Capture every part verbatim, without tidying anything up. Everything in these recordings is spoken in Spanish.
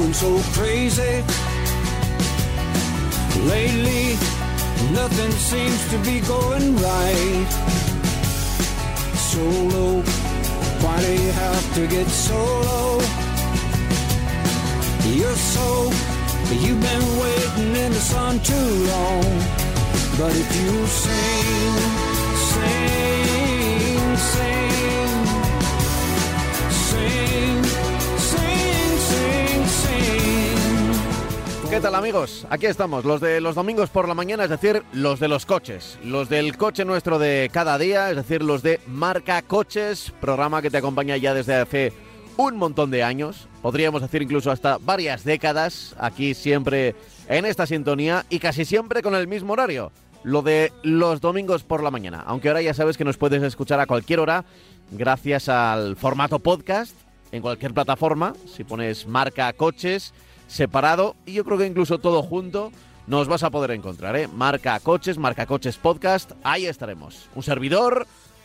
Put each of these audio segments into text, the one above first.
going so crazy. Lately, nothing seems to be going right. So low, why do you have to get so low? You're so, you've been waiting in the sun too long. But if you sing, sing, sing, sing, sing, sing, sing. ¿Qué tal, amigos? Aquí estamos, los de los domingos por la mañana, es decir, los de los coches, los del coche nuestro de cada día, es decir, los de Marca Coches, programa que te acompaña ya desde hace un montón de años, podríamos decir incluso hasta varias décadas, aquí siempre en esta sintonía y casi siempre con el mismo horario, lo de los domingos por la mañana, aunque ahora ya sabes que nos puedes escuchar a cualquier hora gracias al formato podcast en cualquier plataforma, si pones Marca Coches separado y yo creo que incluso todo junto nos vas a poder encontrar, ¿eh? Marca Coches, Marca Coches Podcast, ahí estaremos. Un servidor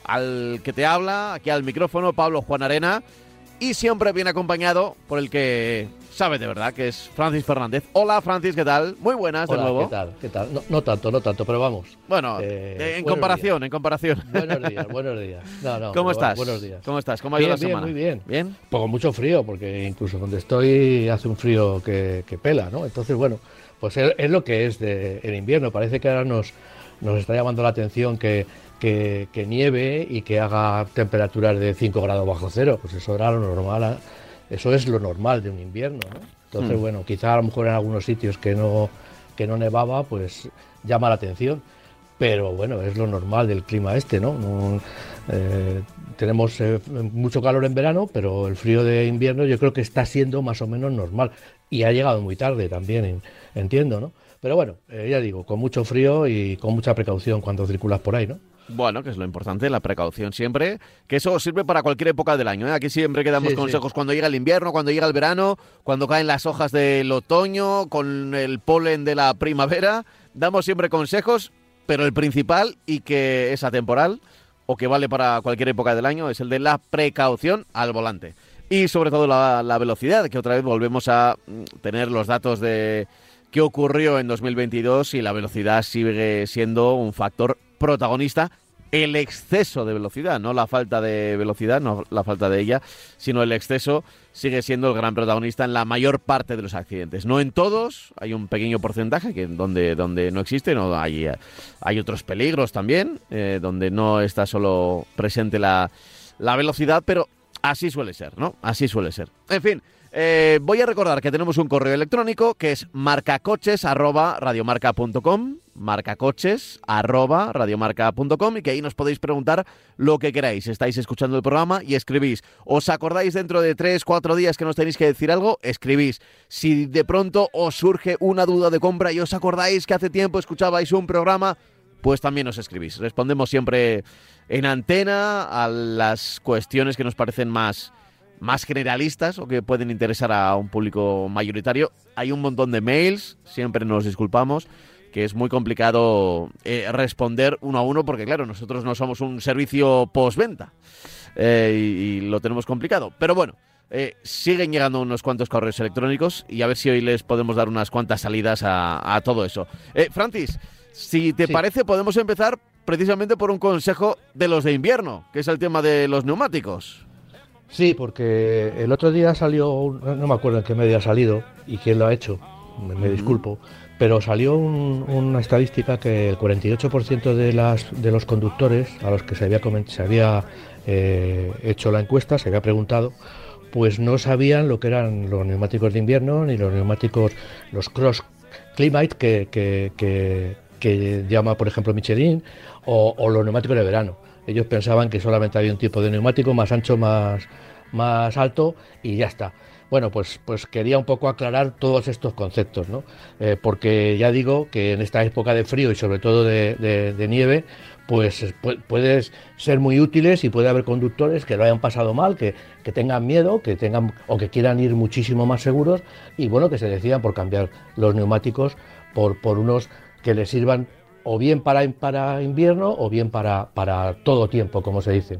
al que te habla, aquí al micrófono, Pablo Juan Arena, y siempre bien acompañado por el que sabe de verdad, que es Francis Fernández. Hola, Francis, ¿qué tal? Muy buenas. Hola, de nuevo. ¿qué tal? ¿Qué tal? No, no tanto, no tanto, pero vamos. Bueno, eh, en comparación, días. en comparación. Buenos días, buenos días. No, no, ¿Cómo estás? Buenos días. ¿Cómo estás? ¿Cómo ha ido bien, la semana? Bien, muy bien. ¿Bien? Pues con mucho frío, porque incluso donde estoy hace un frío que, que pela, ¿no? Entonces, bueno, pues es, es lo que es de, el invierno. Parece que ahora nos, nos está llamando la atención que, que, que nieve y que haga temperaturas de cinco grados bajo cero. Pues eso era lo normal. Eso es lo normal de un invierno, ¿no? Entonces, mm. bueno, quizá a lo mejor en algunos sitios que no, que no nevaba, pues llama la atención. Pero bueno, es lo normal del clima este, ¿no? no eh, tenemos eh, mucho calor en verano, pero el frío de invierno yo creo que está siendo más o menos normal. Y ha llegado muy tarde también, en, entiendo, ¿no? Pero bueno, eh, ya digo, con mucho frío y con mucha precaución cuando circulas por ahí, ¿no? Bueno, que es lo importante, la precaución siempre, que eso sirve para cualquier época del año, ¿eh? Aquí siempre que damos sí, consejos sí. Cuando llega el invierno, cuando llega el verano, cuando caen las hojas del otoño, con el polen de la primavera, damos siempre consejos, pero el principal y que es atemporal o que vale para cualquier época del año es el de la precaución al volante. Y sobre todo la, la velocidad, que otra vez volvemos a tener los datos de qué ocurrió en dos mil veintidós y la velocidad sigue siendo un factor protagonista, el exceso de velocidad, no la falta de velocidad, no la falta de ella, sino el exceso sigue siendo el gran protagonista en la mayor parte de los accidentes. No en todos, hay un pequeño porcentaje que donde, donde no existe, no hay, hay otros peligros también, eh, donde no está solo presente la, la velocidad, pero así suele ser, ¿no? Así suele ser. En fin, eh, voy a recordar que tenemos un correo electrónico que es marcacoches arroba radiomarca punto com, marcacoches arroba radiomarca punto com, y que ahí nos podéis preguntar lo que queráis. Estáis escuchando el programa y escribís. ¿Os acordáis dentro de tres, cuatro días que nos tenéis que decir algo? Escribís. Si de pronto os surge una duda de compra y os acordáis que hace tiempo escuchabais un programa, pues también os escribís. Respondemos siempre en antena a las cuestiones que nos parecen más, más generalistas o que pueden interesar a un público mayoritario. Hay un montón de mails, siempre nos disculpamos, que es muy complicado eh, responder uno a uno porque, claro, nosotros no somos un servicio postventa eh, y, y lo tenemos complicado. Pero bueno, eh, siguen llegando unos cuantos correos electrónicos y a ver si hoy les podemos dar unas cuantas salidas a, a todo eso. Eh, Francis, si te sí. parece, podemos empezar precisamente por un consejo de los de invierno, que es el tema de los neumáticos. Sí, porque el otro día salió, no me acuerdo en qué medio ha salido y quién lo ha hecho, me, me disculpo, pero salió un, una estadística que el cuarenta y ocho por ciento de, las, de los conductores a los que se había, se había eh, hecho la encuesta, se había preguntado, pues no sabían lo que eran los neumáticos de invierno ni los neumáticos, los cross climate que, que, que, que llama, por ejemplo, Michelin, o, o los neumáticos de verano. Ellos pensaban que solamente había un tipo de neumático más ancho, más, más alto y ya está. Bueno, pues, pues quería un poco aclarar todos estos conceptos, ¿no? Eh, porque ya digo que en esta época de frío y sobre todo de, de, de nieve, pues pu- pueden ser muy útiles y puede haber conductores que lo hayan pasado mal, que, que tengan miedo, que tengan o que quieran ir muchísimo más seguros y bueno, que se decidan por cambiar los neumáticos por, por unos que les sirvan o bien para, para invierno o bien para, para todo tiempo, como se dice.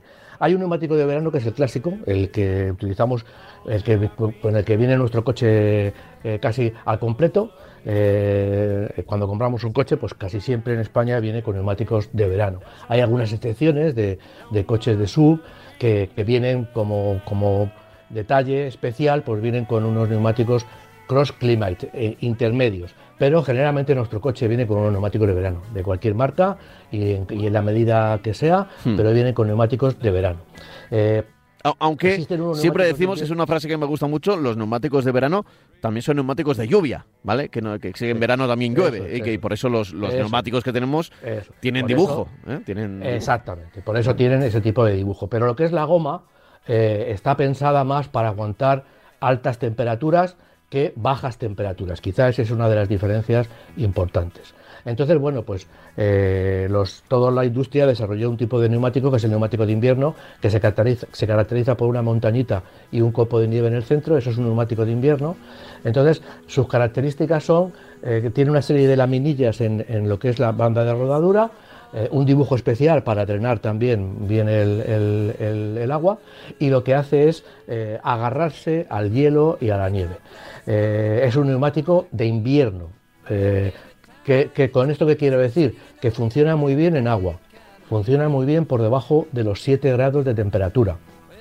hay un neumático de verano que es el clásico, el que utilizamos, el que, con el que viene nuestro coche eh, casi al completo. Eh, cuando compramos un coche, pues casi siempre en España viene con neumáticos de verano. Hay algunas excepciones de, de coches de S U V que, que vienen como, como detalle especial, pues vienen con unos neumáticos Cross Climate eh, intermedios, pero generalmente nuestro coche viene con unos neumáticos de verano, de cualquier marca y en, y en la medida que sea, hmm. pero vienen con neumáticos de verano. Eh, Aunque siempre decimos, de... es una frase que me gusta mucho, los neumáticos de verano también son neumáticos de lluvia, ¿vale? Que, no, que en verano también llueve, eso, y que eso. por eso los, los eso. neumáticos que tenemos eso. tienen por dibujo. Eso, ¿eh? tienen exactamente, dibujo. Por eso tienen ese tipo de dibujo. Pero lo que es la goma eh, está pensada más para aguantar altas temperaturas que bajas temperaturas. Quizás esa es una de las diferencias importantes. Entonces, bueno, pues eh, los, toda la industria desarrolló un tipo de neumático que es el neumático de invierno, que se caracteriza, se caracteriza por una montañita y un copo de nieve en el centro. Eso es un neumático de invierno. Entonces, sus características son eh, que tiene una serie de laminillas en, en lo que es la banda de rodadura, eh, un dibujo especial para drenar también bien el, el, el, el agua, y lo que hace es eh, agarrarse al hielo y a la nieve. Eh, es un neumático de invierno. Eh, Que, que con esto qué quiero decir, que funciona muy bien en agua, funciona muy bien por debajo de los siete grados de temperatura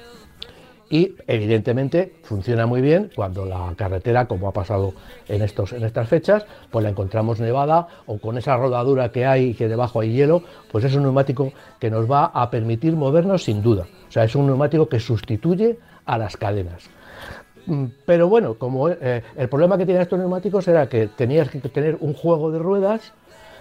y evidentemente funciona muy bien cuando la carretera, como ha pasado en, estos, en estas fechas, pues la encontramos nevada o con esa rodadura que hay y que debajo hay hielo, pues es un neumático que nos va a permitir movernos sin duda. O sea, es un neumático que sustituye a las cadenas. Pero bueno, como eh, el problema que tenían estos neumáticos era que tenías que tener un juego de ruedas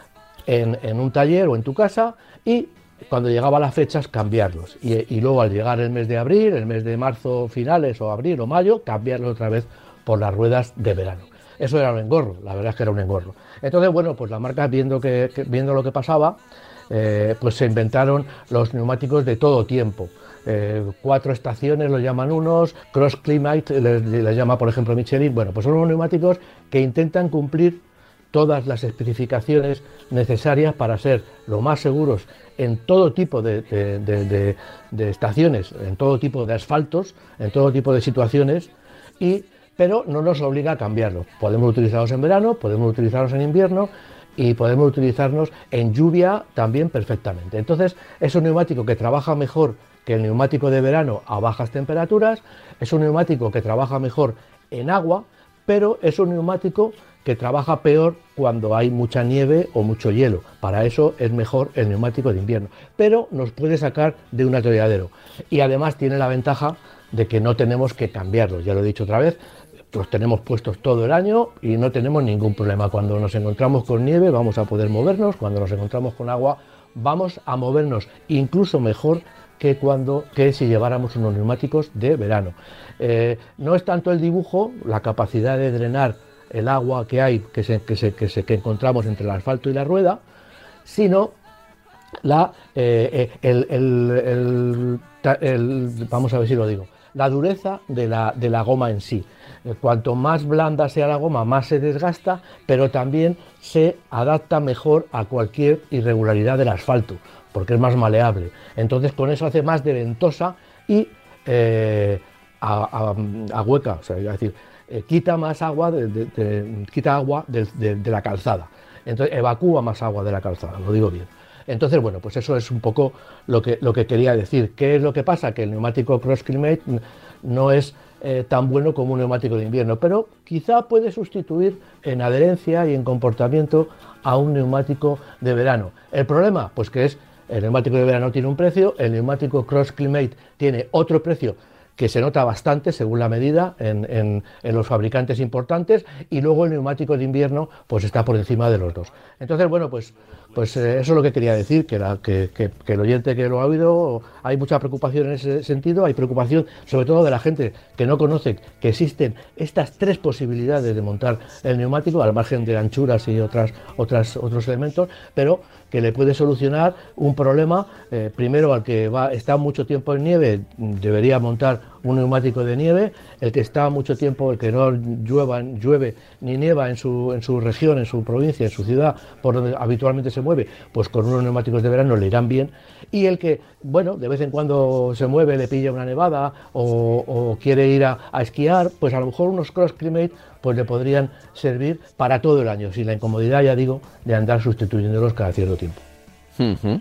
en, en un taller o en tu casa y cuando llegaba las fechas cambiarlos y, y luego al llegar el mes de abril, el mes de marzo finales o abril o mayo, cambiarlos otra vez por las ruedas de verano. Eso era un engorro, la verdad es que era un engorro. Entonces, bueno, pues las marcas viendo, que, que, viendo lo que pasaba, eh, pues se inventaron los neumáticos de todo tiempo. Eh, cuatro estaciones lo llaman unos, Cross Climate les, les llama por ejemplo Michelin. Bueno, pues son unos neumáticos que intentan cumplir todas las especificaciones necesarias para ser lo más seguros en todo tipo de, de, de, de, de estaciones, en todo tipo de asfaltos, en todo tipo de situaciones, y, pero no nos obliga a cambiarlos. Podemos utilizarlos en verano, podemos utilizarlos en invierno y podemos utilizarlos en lluvia también perfectamente. Entonces es un neumático que trabaja mejor que el neumático de verano a bajas temperaturas, es un neumático que trabaja mejor en agua, pero es un neumático que trabaja peor cuando hay mucha nieve o mucho hielo. Para eso es mejor el neumático de invierno, pero nos puede sacar de un atolladero. Y además tiene la ventaja de que no tenemos que cambiarlos, ya lo he dicho otra vez, los tenemos puestos todo el año y no tenemos ningún problema. Cuando nos encontramos con nieve vamos a poder movernos, cuando nos encontramos con agua vamos a movernos incluso mejor que cuando que si lleváramos unos neumáticos de verano. Eh, no es tanto el dibujo, la capacidad de drenar el agua que hay, que, se, que, se, que, se, que encontramos entre el asfalto y la rueda, sino la, eh, el, el, el, el, el, vamos a ver si lo digo, la dureza de la, de la goma en sí. Eh, cuanto más blanda sea la goma, más se desgasta, pero también se adapta mejor a cualquier irregularidad del asfalto, porque es más maleable. Entonces con eso hace más de ventosa y eh, a, a, a hueca, o sea, es decir, eh, quita más agua, de, de, de, quita agua de, de, de la calzada. Entonces evacúa más agua de la calzada, lo digo bien. Entonces, bueno, pues eso es un poco lo que, lo que quería decir. ¿Qué es lo que pasa? Que el neumático Cross Climate no es eh, tan bueno como un neumático de invierno, pero quizá puede sustituir en adherencia y en comportamiento a un neumático de verano. ¿El problema? Pues que es el neumático de verano tiene un precio, el neumático Cross Climate tiene otro precio que se nota bastante según la medida en, en, en los fabricantes importantes, y luego el neumático de invierno pues está por encima de los dos. Entonces, bueno, pues, pues eh, eso es lo que quería decir, que, la, que, que, que el oyente que lo ha oído, hay mucha preocupación en ese sentido, hay preocupación sobre todo de la gente que no conoce que existen estas tres posibilidades de montar el neumático, al margen de anchuras y otras, otras, otros elementos, pero que le puede solucionar un problema. Eh, primero, al que va, está mucho tiempo en nieve, debería montar un neumático de nieve, el que está mucho tiempo, el que no llueva, llueve ni nieva en su, en su región, en su provincia, en su ciudad, por donde habitualmente se mueve, pues con unos neumáticos de verano le irán bien, y el que, bueno, de vez en cuando se mueve, le pilla una nevada o, o quiere ir a, a esquiar, pues a lo mejor unos Cross Climate pues le podrían servir para todo el año, sin la incomodidad, ya digo, de andar sustituyéndolos cada cierto tiempo. Uh-huh.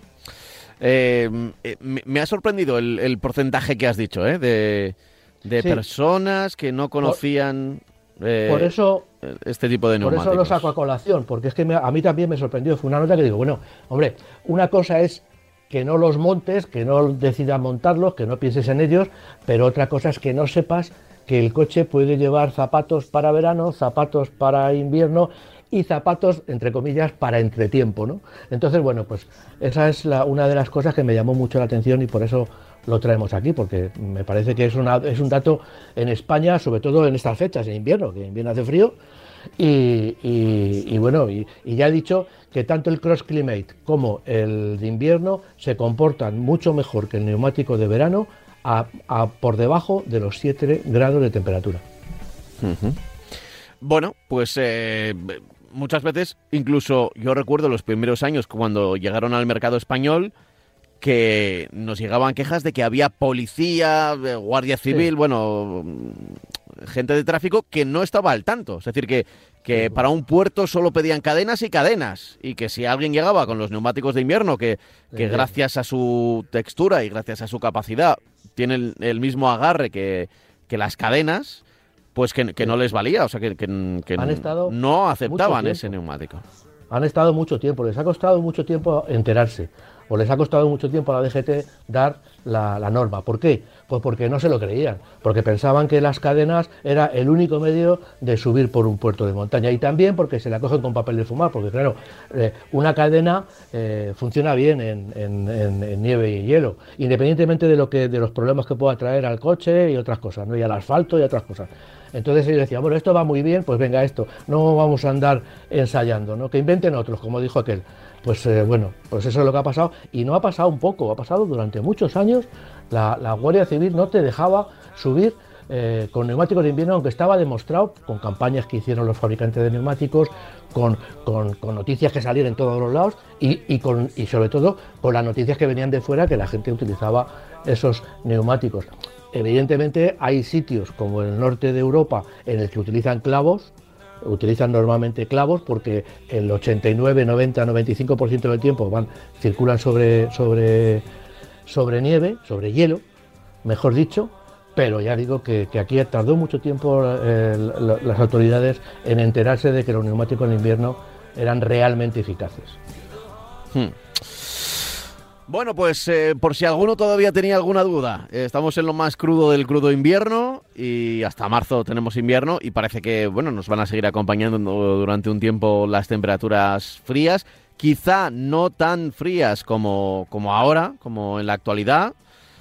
Eh, me, me ha sorprendido el, el porcentaje que has dicho, ¿eh? de, de sí. personas que no conocían por, eh, por eso, este tipo de neumáticos. Por eso lo saco a colación, porque es que me, a mí también me sorprendió. Fue una nota que digo, bueno, hombre, una cosa es que no los montes, que no decidas montarlos, que no pienses en ellos, pero otra cosa es que no sepas que el coche puede llevar zapatos para verano, zapatos para invierno y zapatos, entre comillas, para entretiempo, ¿no? Entonces, bueno, pues esa es la, una de las cosas que me llamó mucho la atención y por eso lo traemos aquí, porque me parece que es, una, es un dato en España, sobre todo en estas fechas, en invierno, que en invierno hace frío, y, y, y bueno, y, y ya he dicho que tanto el Cross Climate como el de invierno se comportan mucho mejor que el neumático de verano, A, a por debajo de los siete grados de temperatura. Uh-huh. Bueno, pues eh, muchas veces, incluso yo recuerdo los primeros años cuando llegaron al mercado español, que nos llegaban quejas de que había policía, guardia civil, sí. bueno, gente de tráfico que no estaba al tanto. Es decir, que, que para un puerto solo pedían cadenas y cadenas, y que si alguien llegaba con los neumáticos de invierno, que, que gracias a su textura y gracias a su capacidad tienen el mismo agarre que, que las cadenas, pues que, que no les valía, o sea, que, que, que no aceptaban ese neumático. Han estado mucho tiempo, les ha costado mucho tiempo enterarse, o les ha costado mucho tiempo a la D G T dar la, la norma. ¿Por qué? Pues porque no se lo creían, porque pensaban que las cadenas era el único medio de subir por un puerto de montaña, y también porque se la cogen con papel de fumar, porque claro, eh, una cadena eh, funciona bien en, en, en, en nieve y hielo, independientemente de lo que de los problemas que pueda traer al coche y otras cosas, ¿no? Y al asfalto y otras cosas. Entonces ellos decían, bueno, esto va muy bien, pues venga esto, no vamos a andar ensayando, ¿no? Que inventen otros, como dijo aquel. Pues eh, bueno, pues eso es lo que ha pasado, y no ha pasado un poco, ha pasado durante muchos años. La, la Guardia Civil no te dejaba subir eh, con neumáticos de invierno, aunque estaba demostrado con campañas que hicieron los fabricantes de neumáticos, con, con, con noticias que salían en todos los lados y, y, con, y sobre todo con las noticias que venían de fuera, que la gente utilizaba esos neumáticos. Evidentemente hay sitios como el norte de Europa en el que utilizan clavos, utilizan normalmente clavos porque el ochenta y nueve, noventa, noventa y cinco por ciento del tiempo van, circulan sobre, sobre, sobre nieve, sobre hielo, mejor dicho, pero ya digo que, que aquí tardó mucho tiempo eh, las autoridades en enterarse de que los neumáticos en invierno eran realmente eficaces. Hmm. Bueno, pues eh, por si alguno todavía tenía alguna duda, eh, estamos en lo más crudo del crudo invierno y hasta marzo tenemos invierno y parece que bueno nos van a seguir acompañando durante un tiempo las temperaturas frías, quizá no tan frías como, como ahora, como en la actualidad,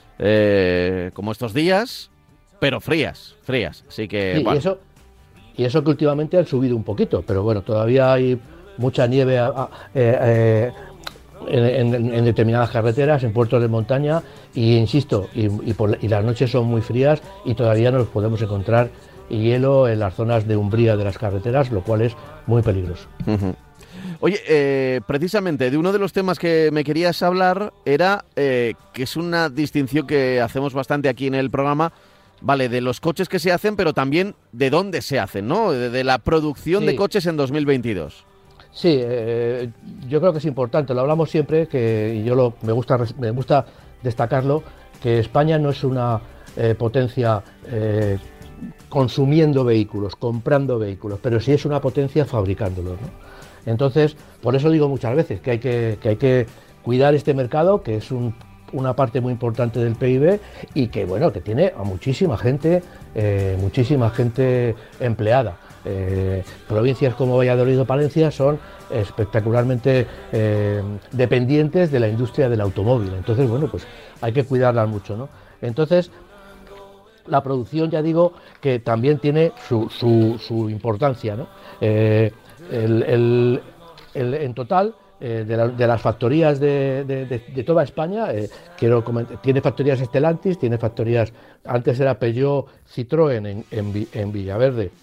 eh, como estos días, pero frías, frías. Así que sí, bueno. y, eso, y eso que últimamente han subido un poquito, pero bueno, todavía hay mucha nieve a, a, eh, eh, En, en, en determinadas carreteras, en puertos de montaña, y insisto, y, y, por, y las noches son muy frías y todavía nos podemos encontrar hielo en las zonas de umbría de las carreteras, lo cual es muy peligroso. Uh-huh. Oye, eh, precisamente de uno de los temas que me querías hablar era eh, que es una distinción que hacemos bastante aquí en el programa, vale, de los coches que se hacen, pero también de dónde se hacen, ¿no? De, de la producción sí. de coches en dos mil veintidós. Sí, eh, yo creo que es importante, lo hablamos siempre, que y yo lo, me gusta me gusta destacarlo, que España no es una eh, potencia eh, consumiendo vehículos, comprando vehículos, pero sí es una potencia fabricándolos, ¿no? Entonces, por eso digo muchas veces que hay que, que, hay que cuidar este mercado, que es un, una parte muy importante del P I B y que, bueno, que tiene a muchísima gente, eh, muchísima gente empleada. Eh, provincias como Valladolid o Palencia son espectacularmente eh, dependientes de la industria del automóvil, entonces bueno, pues hay que cuidarlas mucho, ¿no? Entonces la producción, ya digo, que también tiene su, su, su importancia, ¿no? Eh, el, el, el, en total eh, de, la, de las factorías de, de, de, de toda España, eh, quiero comentar, tiene factorías Stellantis, tiene factorías, antes era Peugeot, Citroën en, en, en Villaverde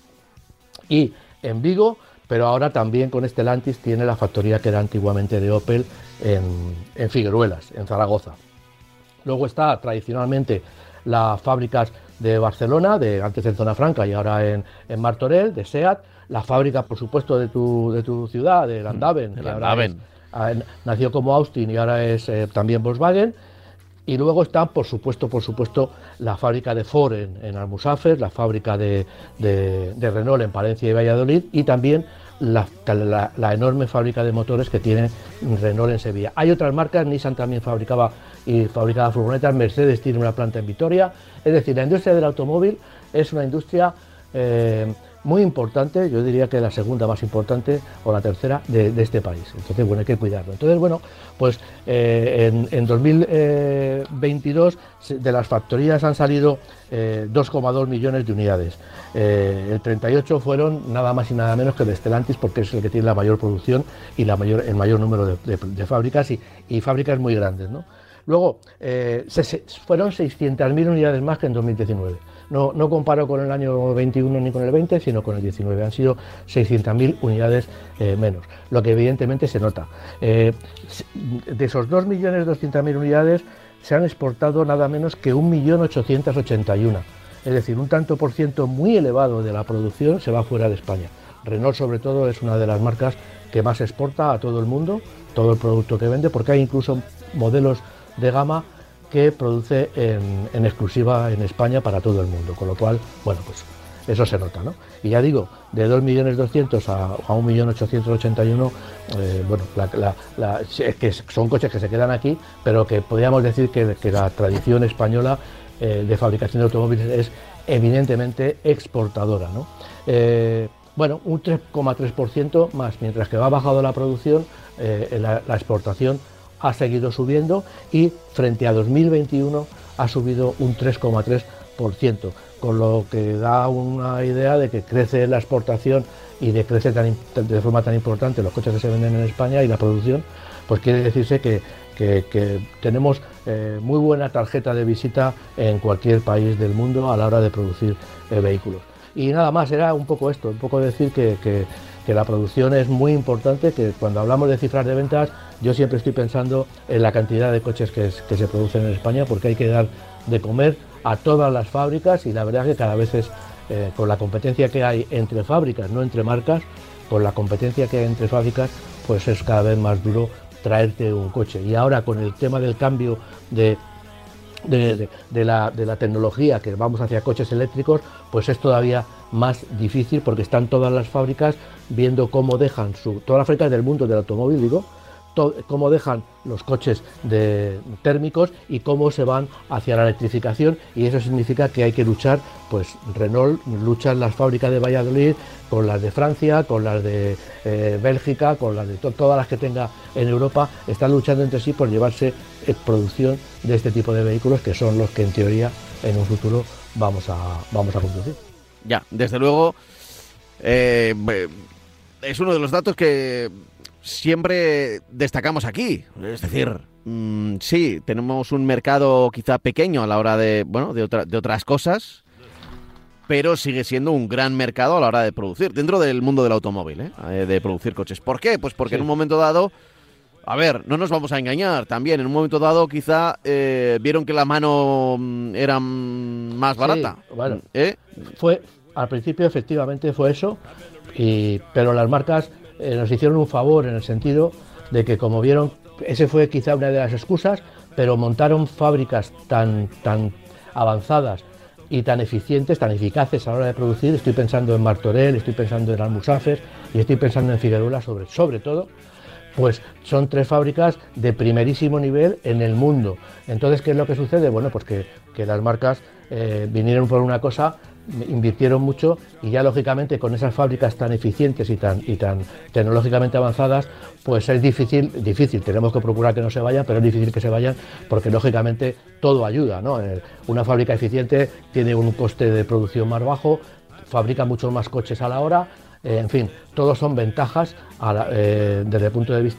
y en Vigo, pero ahora también con Stellantis tiene la factoría que era antiguamente de Opel en, en Figueruelas, en Zaragoza. Luego está tradicionalmente las fábricas de Barcelona, de antes en Zona Franca y ahora en, en Martorell, de SEAT, la fábrica, por supuesto, de tu, de tu ciudad, de Landhaven, de que Landhaven. Ahora es, nació como Austin y ahora es eh, también Volkswagen. Y luego está, por supuesto, por supuesto, la fábrica de Ford en, en Almussafes, la fábrica de, de, de Renault en Palencia y Valladolid, y también la, la, la enorme fábrica de motores que tiene Renault en Sevilla. Hay otras marcas, Nissan también fabricaba y fabricaba furgonetas, Mercedes tiene una planta en Vitoria. Es decir, la industria del automóvil es una industria eh, muy importante, yo diría que la segunda más importante o la tercera de, de este país. Entonces, bueno, hay que cuidarlo. Entonces, bueno, pues eh, en, en dos mil veintidós de las factorías han salido eh, dos coma dos millones de unidades. Eh, el treinta y ocho fueron nada más y nada menos que de Stellantis, porque es el que tiene la mayor producción y la mayor, el mayor número de, de, de fábricas y, y fábricas muy grandes, ¿no? Luego, eh, se, se, fueron seiscientas mil unidades más que en dos mil diecinueve. No, no comparo con el año veintiuno ni con el veinte, sino con el diecinueve. Han sido seiscientas mil unidades eh, menos, lo que evidentemente se nota. Eh, de esos dos millones doscientas mil unidades se han exportado nada menos que un millón ochocientas ochenta y una. Es decir, un tanto por ciento muy elevado de la producción se va fuera de España. Renault, sobre todo, es una de las marcas que más exporta a todo el mundo, todo el producto que vende, porque hay incluso modelos de gama que produce en, en exclusiva en España para todo el mundo, con lo cual, bueno, pues eso se nota, ¿no? Y ya digo, de dos millones doscientos a, a un millón ochocientos ochenta y uno, eh, bueno, la, la, la, es que son coches que se quedan aquí, pero que podríamos decir que, que la tradición española eh, de fabricación de automóviles es eminentemente exportadora, ¿no? Eh, bueno, un tres coma tres por ciento más, mientras que va bajado la producción, eh, la, la exportación ha seguido subiendo y frente a dos mil veintiuno ha subido un tres coma tres por ciento, con lo que da una idea de que crece la exportación y de crece tan, de forma tan importante los coches que se venden en España y la producción, pues quiere decirse que, que, que tenemos eh, muy buena tarjeta de visita en cualquier país del mundo a la hora de producir eh, vehículos. Y nada más, era un poco esto, un poco decir que, que, que la producción es muy importante, que cuando hablamos de cifras de ventas, yo siempre estoy pensando en la cantidad de coches que, que se producen en España, porque hay que dar de comer a todas las fábricas y la verdad es que cada vez es, eh, con la competencia que hay entre fábricas, no entre marcas, con la competencia que hay entre fábricas, pues es cada vez más duro traerte un coche. Y ahora con el tema del cambio de, de, de, de, la, de la tecnología, que vamos hacia coches eléctricos, pues es todavía más difícil, porque están todas las fábricas viendo cómo dejan su, todas las fábricas del mundo del automóvil, digo, cómo dejan los coches de térmicos y cómo se van hacia la electrificación, y eso significa que hay que luchar, pues Renault lucha en las fábricas de Valladolid con las de Francia, con las de eh, Bélgica, con las de to todas las que tenga en Europa, están luchando entre sí por llevarse eh, producción de este tipo de vehículos, que son los que en teoría en un futuro vamos a, vamos a conducir. Ya, desde luego, eh, es uno de los datos que siempre destacamos aquí. Es decir, mmm, sí, tenemos un mercado quizá pequeño a la hora de, bueno, de, otra, de otras cosas, pero sigue siendo un gran mercado a la hora de producir, dentro del mundo del automóvil, ¿eh? De producir coches. ¿Por qué? Pues porque sí. En un momento dado, a ver, no nos vamos a engañar, también en un momento dado quizá eh, vieron que la mano era más barata. Sí, bueno, ¿Eh? fue, al principio efectivamente fue eso, y, pero las marcas eh, nos hicieron un favor en el sentido de que, como vieron, ese fue quizá una de las excusas, pero montaron fábricas tan, tan avanzadas y tan eficientes, tan eficaces a la hora de producir. Estoy pensando en Martorell, estoy pensando en Almussafes y estoy pensando en Figueruelas sobre, sobre todo, pues son tres fábricas de primerísimo nivel en el mundo. Entonces, ¿qué es lo que sucede? Bueno, pues que, que las marcas eh, vinieron por una cosa, invirtieron mucho, y ya lógicamente con esas fábricas tan eficientes y tan, y tan tecnológicamente avanzadas, pues es difícil, difícil, tenemos que procurar que no se vayan, pero es difícil que se vayan, porque lógicamente todo ayuda, ¿no? Una fábrica eficiente tiene un coste de producción más bajo, fabrica muchos más coches a la hora, eh, en fin, todos son ventajas a la, eh, desde el punto de vista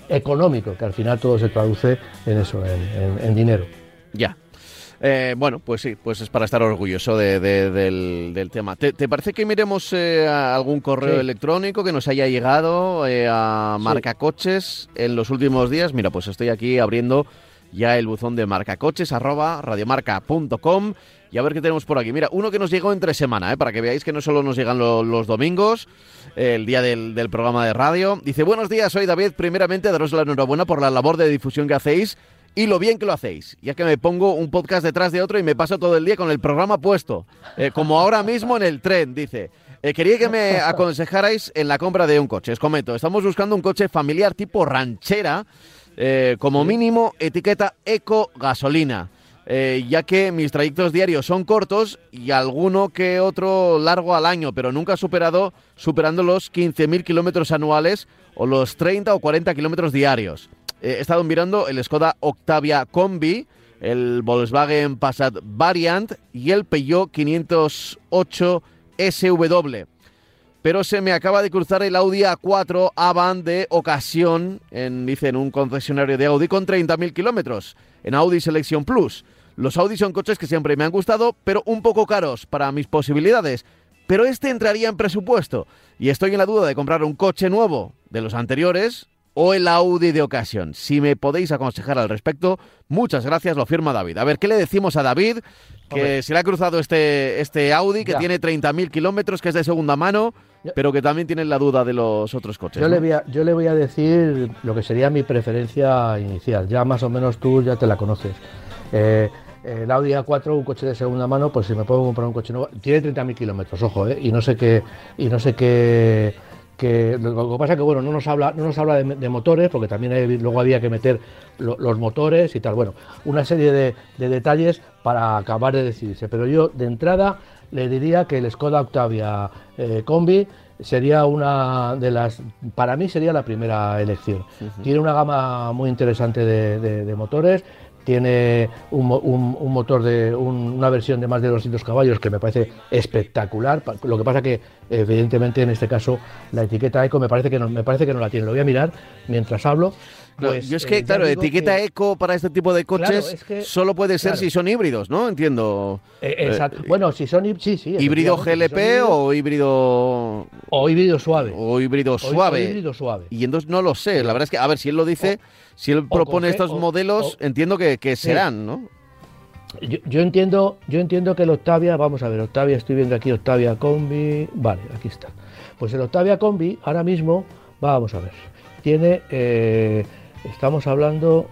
económico, que al final todo se traduce en eso, en, en, en dinero. Ya. Eh, bueno, pues sí, pues es para estar orgulloso de, de, del, del tema. ¿Te, ¿Te parece que miremos eh, algún correo sí. electrónico que nos haya llegado eh, a Marcacoches en los últimos días? Mira, pues estoy aquí abriendo ya el buzón de Marcacoches, arroba radiomarca punto com, y a ver qué tenemos por aquí. Mira, uno que nos llegó entre semana, eh, para que veáis que no solo nos llegan lo, los domingos, eh, el día del, del programa de radio. Dice, buenos días, soy David. Primeramente, daros la enhorabuena por la labor de difusión que hacéis y lo bien que lo hacéis, ya que me pongo un podcast detrás de otro y me paso todo el día con el programa puesto, eh, como ahora mismo en el tren, dice. Eh, quería que me aconsejarais en la compra de un coche. Os comento, estamos buscando un coche familiar tipo ranchera, eh, como mínimo etiqueta eco gasolina, eh, ya que mis trayectos diarios son cortos y alguno que otro largo al año, pero nunca superado superando los quince mil kilómetros anuales o los treinta o cuarenta kilómetros diarios. He estado mirando el Skoda Octavia Combi, el Volkswagen Passat Variant y el Peugeot quinientos ocho S W. Pero se me acaba de cruzar el Audi A cuatro Avant de ocasión, en, dice, en un concesionario de Audi con treinta mil kilómetros, en Audi Selection Plus. Los Audi son coches que siempre me han gustado, pero un poco caros para mis posibilidades. Pero este entraría en presupuesto y estoy en la duda de comprar un coche nuevo de los anteriores o el Audi de ocasión. Si me podéis aconsejar al respecto, muchas gracias, lo firma David. A ver, ¿qué le decimos a David? Que Hombre. se le ha cruzado este, este Audi, que ya. tiene treinta mil kilómetros, que es de segunda mano, ya. pero que también tiene la duda de los otros coches. Yo, ¿no? le voy a, yo le voy a decir lo que sería mi preferencia inicial. Ya más o menos tú ya te la conoces. Eh, el Audi A cuatro, un coche de segunda mano, pues si me puedo comprar un coche nuevo, tiene treinta mil kilómetros, ojo, eh, y no sé qué... Y no sé qué que lo que pasa es que bueno, no nos habla no nos habla de, de motores, porque también hay, luego había que meter lo, los motores y tal, bueno, una serie de, de detalles para acabar de decidirse, pero yo de entrada le diría que el Skoda Octavia eh, Combi sería una de las, para mí sería la primera elección. Uh-huh. Tiene una gama muy interesante de, de, de motores. Tiene un, un, un motor de un, una versión de más de doscientos caballos que me parece espectacular. Lo que pasa que evidentemente en este caso la etiqueta eco me parece que no, me parece que no la tiene. Lo voy a mirar mientras hablo. Pues, yo es que, eh, claro, etiqueta que, eco para este tipo de coches claro, es que, solo puede ser claro. si son híbridos, ¿no? Entiendo. Eh, exacto. Eh, bueno, si son sí, sí. ¿Híbrido G L P si o híbrido...? O híbrido suave. O híbrido suave. O híbrido suave. Y entonces no lo sé. La verdad es que, a ver, si él lo dice, o, si él propone estos o, modelos, o, entiendo que, que serán, sí. ¿no? Yo, yo entiendo yo entiendo que el Octavia, vamos a ver, Octavia, estoy viendo aquí Octavia Combi, vale, aquí está. Pues el Octavia Combi, ahora mismo, vamos a ver, tiene... Eh, Estamos hablando,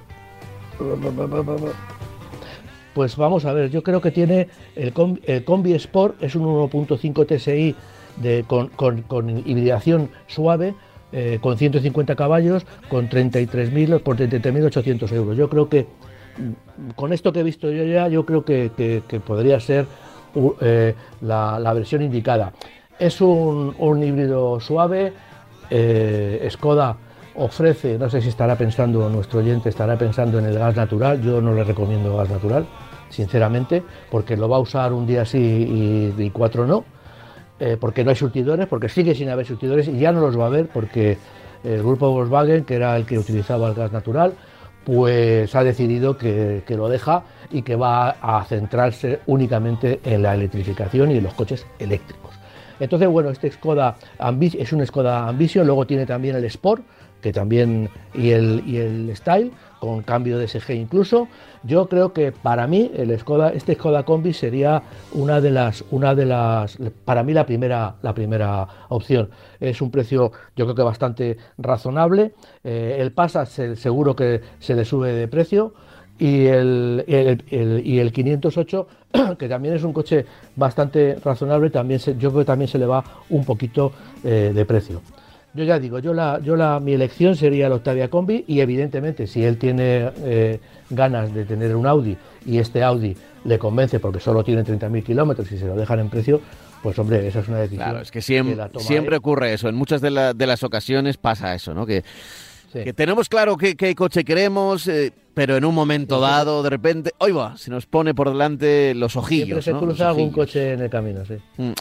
pues vamos a ver, yo creo que tiene el Combi, el Combi Sport, es un uno punto cinco T S I de, con, con, con hibridación suave, eh, con ciento cincuenta caballos, con treinta y tres mil por treinta y tres mil ochocientos euros. Yo creo que, con esto que he visto yo ya, yo creo que, que, que podría ser eh, la, la versión indicada. Es un, un híbrido suave, eh, Skoda ofrece, no sé si estará pensando, nuestro oyente estará pensando en el gas natural. Yo no le recomiendo gas natural, sinceramente, porque lo va a usar un día sí y, y cuatro no, eh, porque no hay surtidores, porque sigue sin haber surtidores y ya no los va a haber porque el grupo Volkswagen, que era el que utilizaba el gas natural, pues ha decidido que, que lo deja y que va a centrarse únicamente en la electrificación y en los coches eléctricos. Entonces, bueno, este Skoda Ambi- es un Skoda Ambition, luego tiene también el Sport, que también y el, y el Style, con cambio de S G incluso. Yo creo que para mí el Skoda, este Skoda Combi sería una de las, una de las, para mí la primera, la primera opción. Es un precio, yo creo que bastante razonable. Eh, el Passat se, seguro que se le sube de precio. Y el, el, el, y el quinientos ocho, que también es un coche bastante razonable, también se, yo creo que también se le va un poquito eh, de precio. Yo ya digo, yo la, yo la, mi elección sería el Octavia Combi y evidentemente si él tiene eh, ganas de tener un Audi y este Audi le convence porque solo tiene treinta mil kilómetros y se lo dejan en precio, pues hombre, esa es una decisión. Claro, es que siempre, que siempre ocurre eso, en muchas de, la, de las ocasiones pasa eso, ¿no? Que, sí. que tenemos claro qué, qué coche queremos, eh, pero en un momento sí, dado, de repente, ¡oiga! Se nos pone por delante los ojillos. Siempre se ¿no? cruza algún coche en el camino, sí. Mm.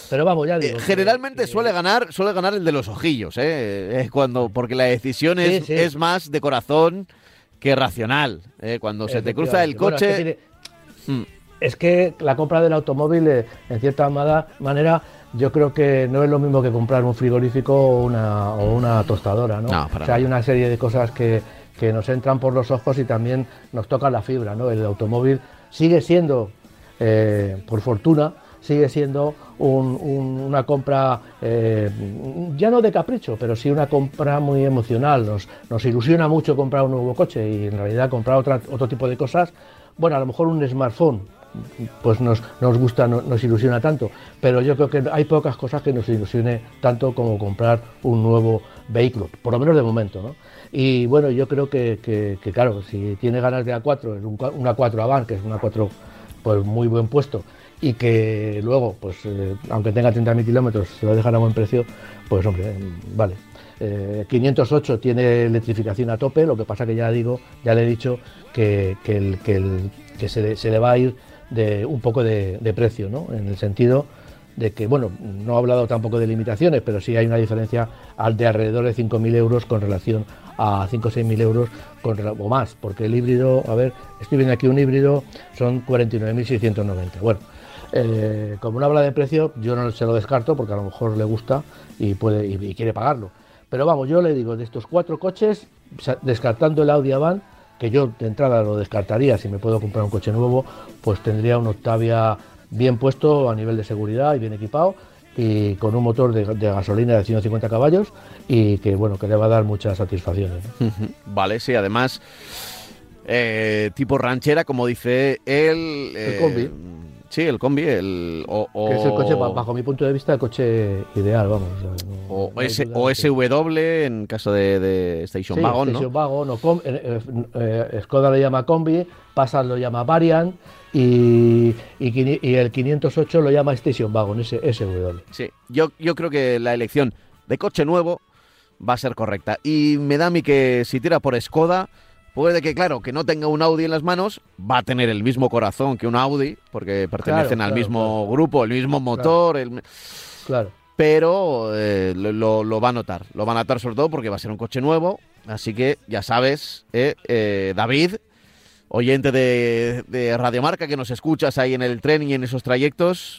Pero vamos, ya digo. Eh, generalmente que, suele ganar suele ganar el de los ojillos, ¿eh? Es cuando, porque la decisión es, sí, sí. es más de corazón que racional. ¿eh? Cuando se te cruza el coche... Bueno, es, que tiene... mm. es que la compra del automóvil, eh, en cierta manera, yo creo que no es lo mismo que comprar un frigorífico o una, o una tostadora, ¿no? no o sea, hay una serie de cosas que, que nos entran por los ojos y también nos tocan la fibra, ¿no? El automóvil sigue siendo, eh, por fortuna, sigue siendo un, un, una compra, eh, ya no de capricho, pero sí una compra muy emocional. Nos, nos ilusiona mucho comprar un nuevo coche y en realidad comprar otra, otro tipo de cosas, bueno, a lo mejor un smartphone, pues nos, nos gusta, no, nos ilusiona tanto, pero yo creo que hay pocas cosas que nos ilusione tanto como comprar un nuevo vehículo, por lo menos de momento, ¿no? Y bueno, yo creo que, que, que claro, si tiene ganas de A cuatro, es un, una cuatro Avant, que es una cuatro pues muy buen puesto, y que luego, pues eh, aunque tenga treinta mil kilómetros, se va a dejar a buen precio, pues hombre, eh, vale. Eh, quinientos ocho tiene electrificación a tope, lo que pasa que ya digo, ya le he dicho que, que, el, que, el, que se, se le va a ir de un poco de, de precio, ¿no? En el sentido de que, bueno, no he hablado tampoco de limitaciones, pero sí hay una diferencia al de alrededor de cinco mil euros con relación a cinco o seis mil euros con, o más, porque el híbrido, a ver, estoy viendo aquí un híbrido, son cuarenta y nueve mil seiscientos noventa. Bueno, eh, como no habla de precio, yo no se lo descarto porque a lo mejor le gusta y, puede, y, y quiere pagarlo. Pero vamos, yo le digo, de estos cuatro coches, descartando el Audi Avant, que yo de entrada lo descartaría si me puedo comprar un coche nuevo, pues tendría un Octavia bien puesto a nivel de seguridad y bien equipado y con un motor de, de gasolina de ciento cincuenta caballos y que bueno, que le va a dar muchas satisfacciones, ¿no? Vale, sí, además eh, tipo ranchera, como dice él. El eh, combi. Sí, el combi, el o, o... que es el coche, bajo mi punto de vista, el coche ideal, vamos. O, sea, no, o, no S, o S W en caso de, de Station sí, Wagon, Station ¿no? Wagon, o com, eh, eh, Skoda le llama combi, Passat lo llama Variant y, y, y el quinientos ocho lo llama Station Wagon, S W. Sí, yo, yo creo que la elección de coche nuevo va a ser correcta. Y me da a mí que si tira por Skoda, puede que, claro, que no tenga un Audi en las manos, va a tener el mismo corazón que un Audi, porque pertenecen claro, al claro, mismo claro. grupo, el mismo motor. Claro. El... claro. Pero eh, lo, lo va a notar. Lo va a notar sobre todo porque va a ser un coche nuevo. Así que ya sabes, eh, eh, David, oyente de, de Radiomarca, que nos escuchas ahí en el tren y en esos trayectos,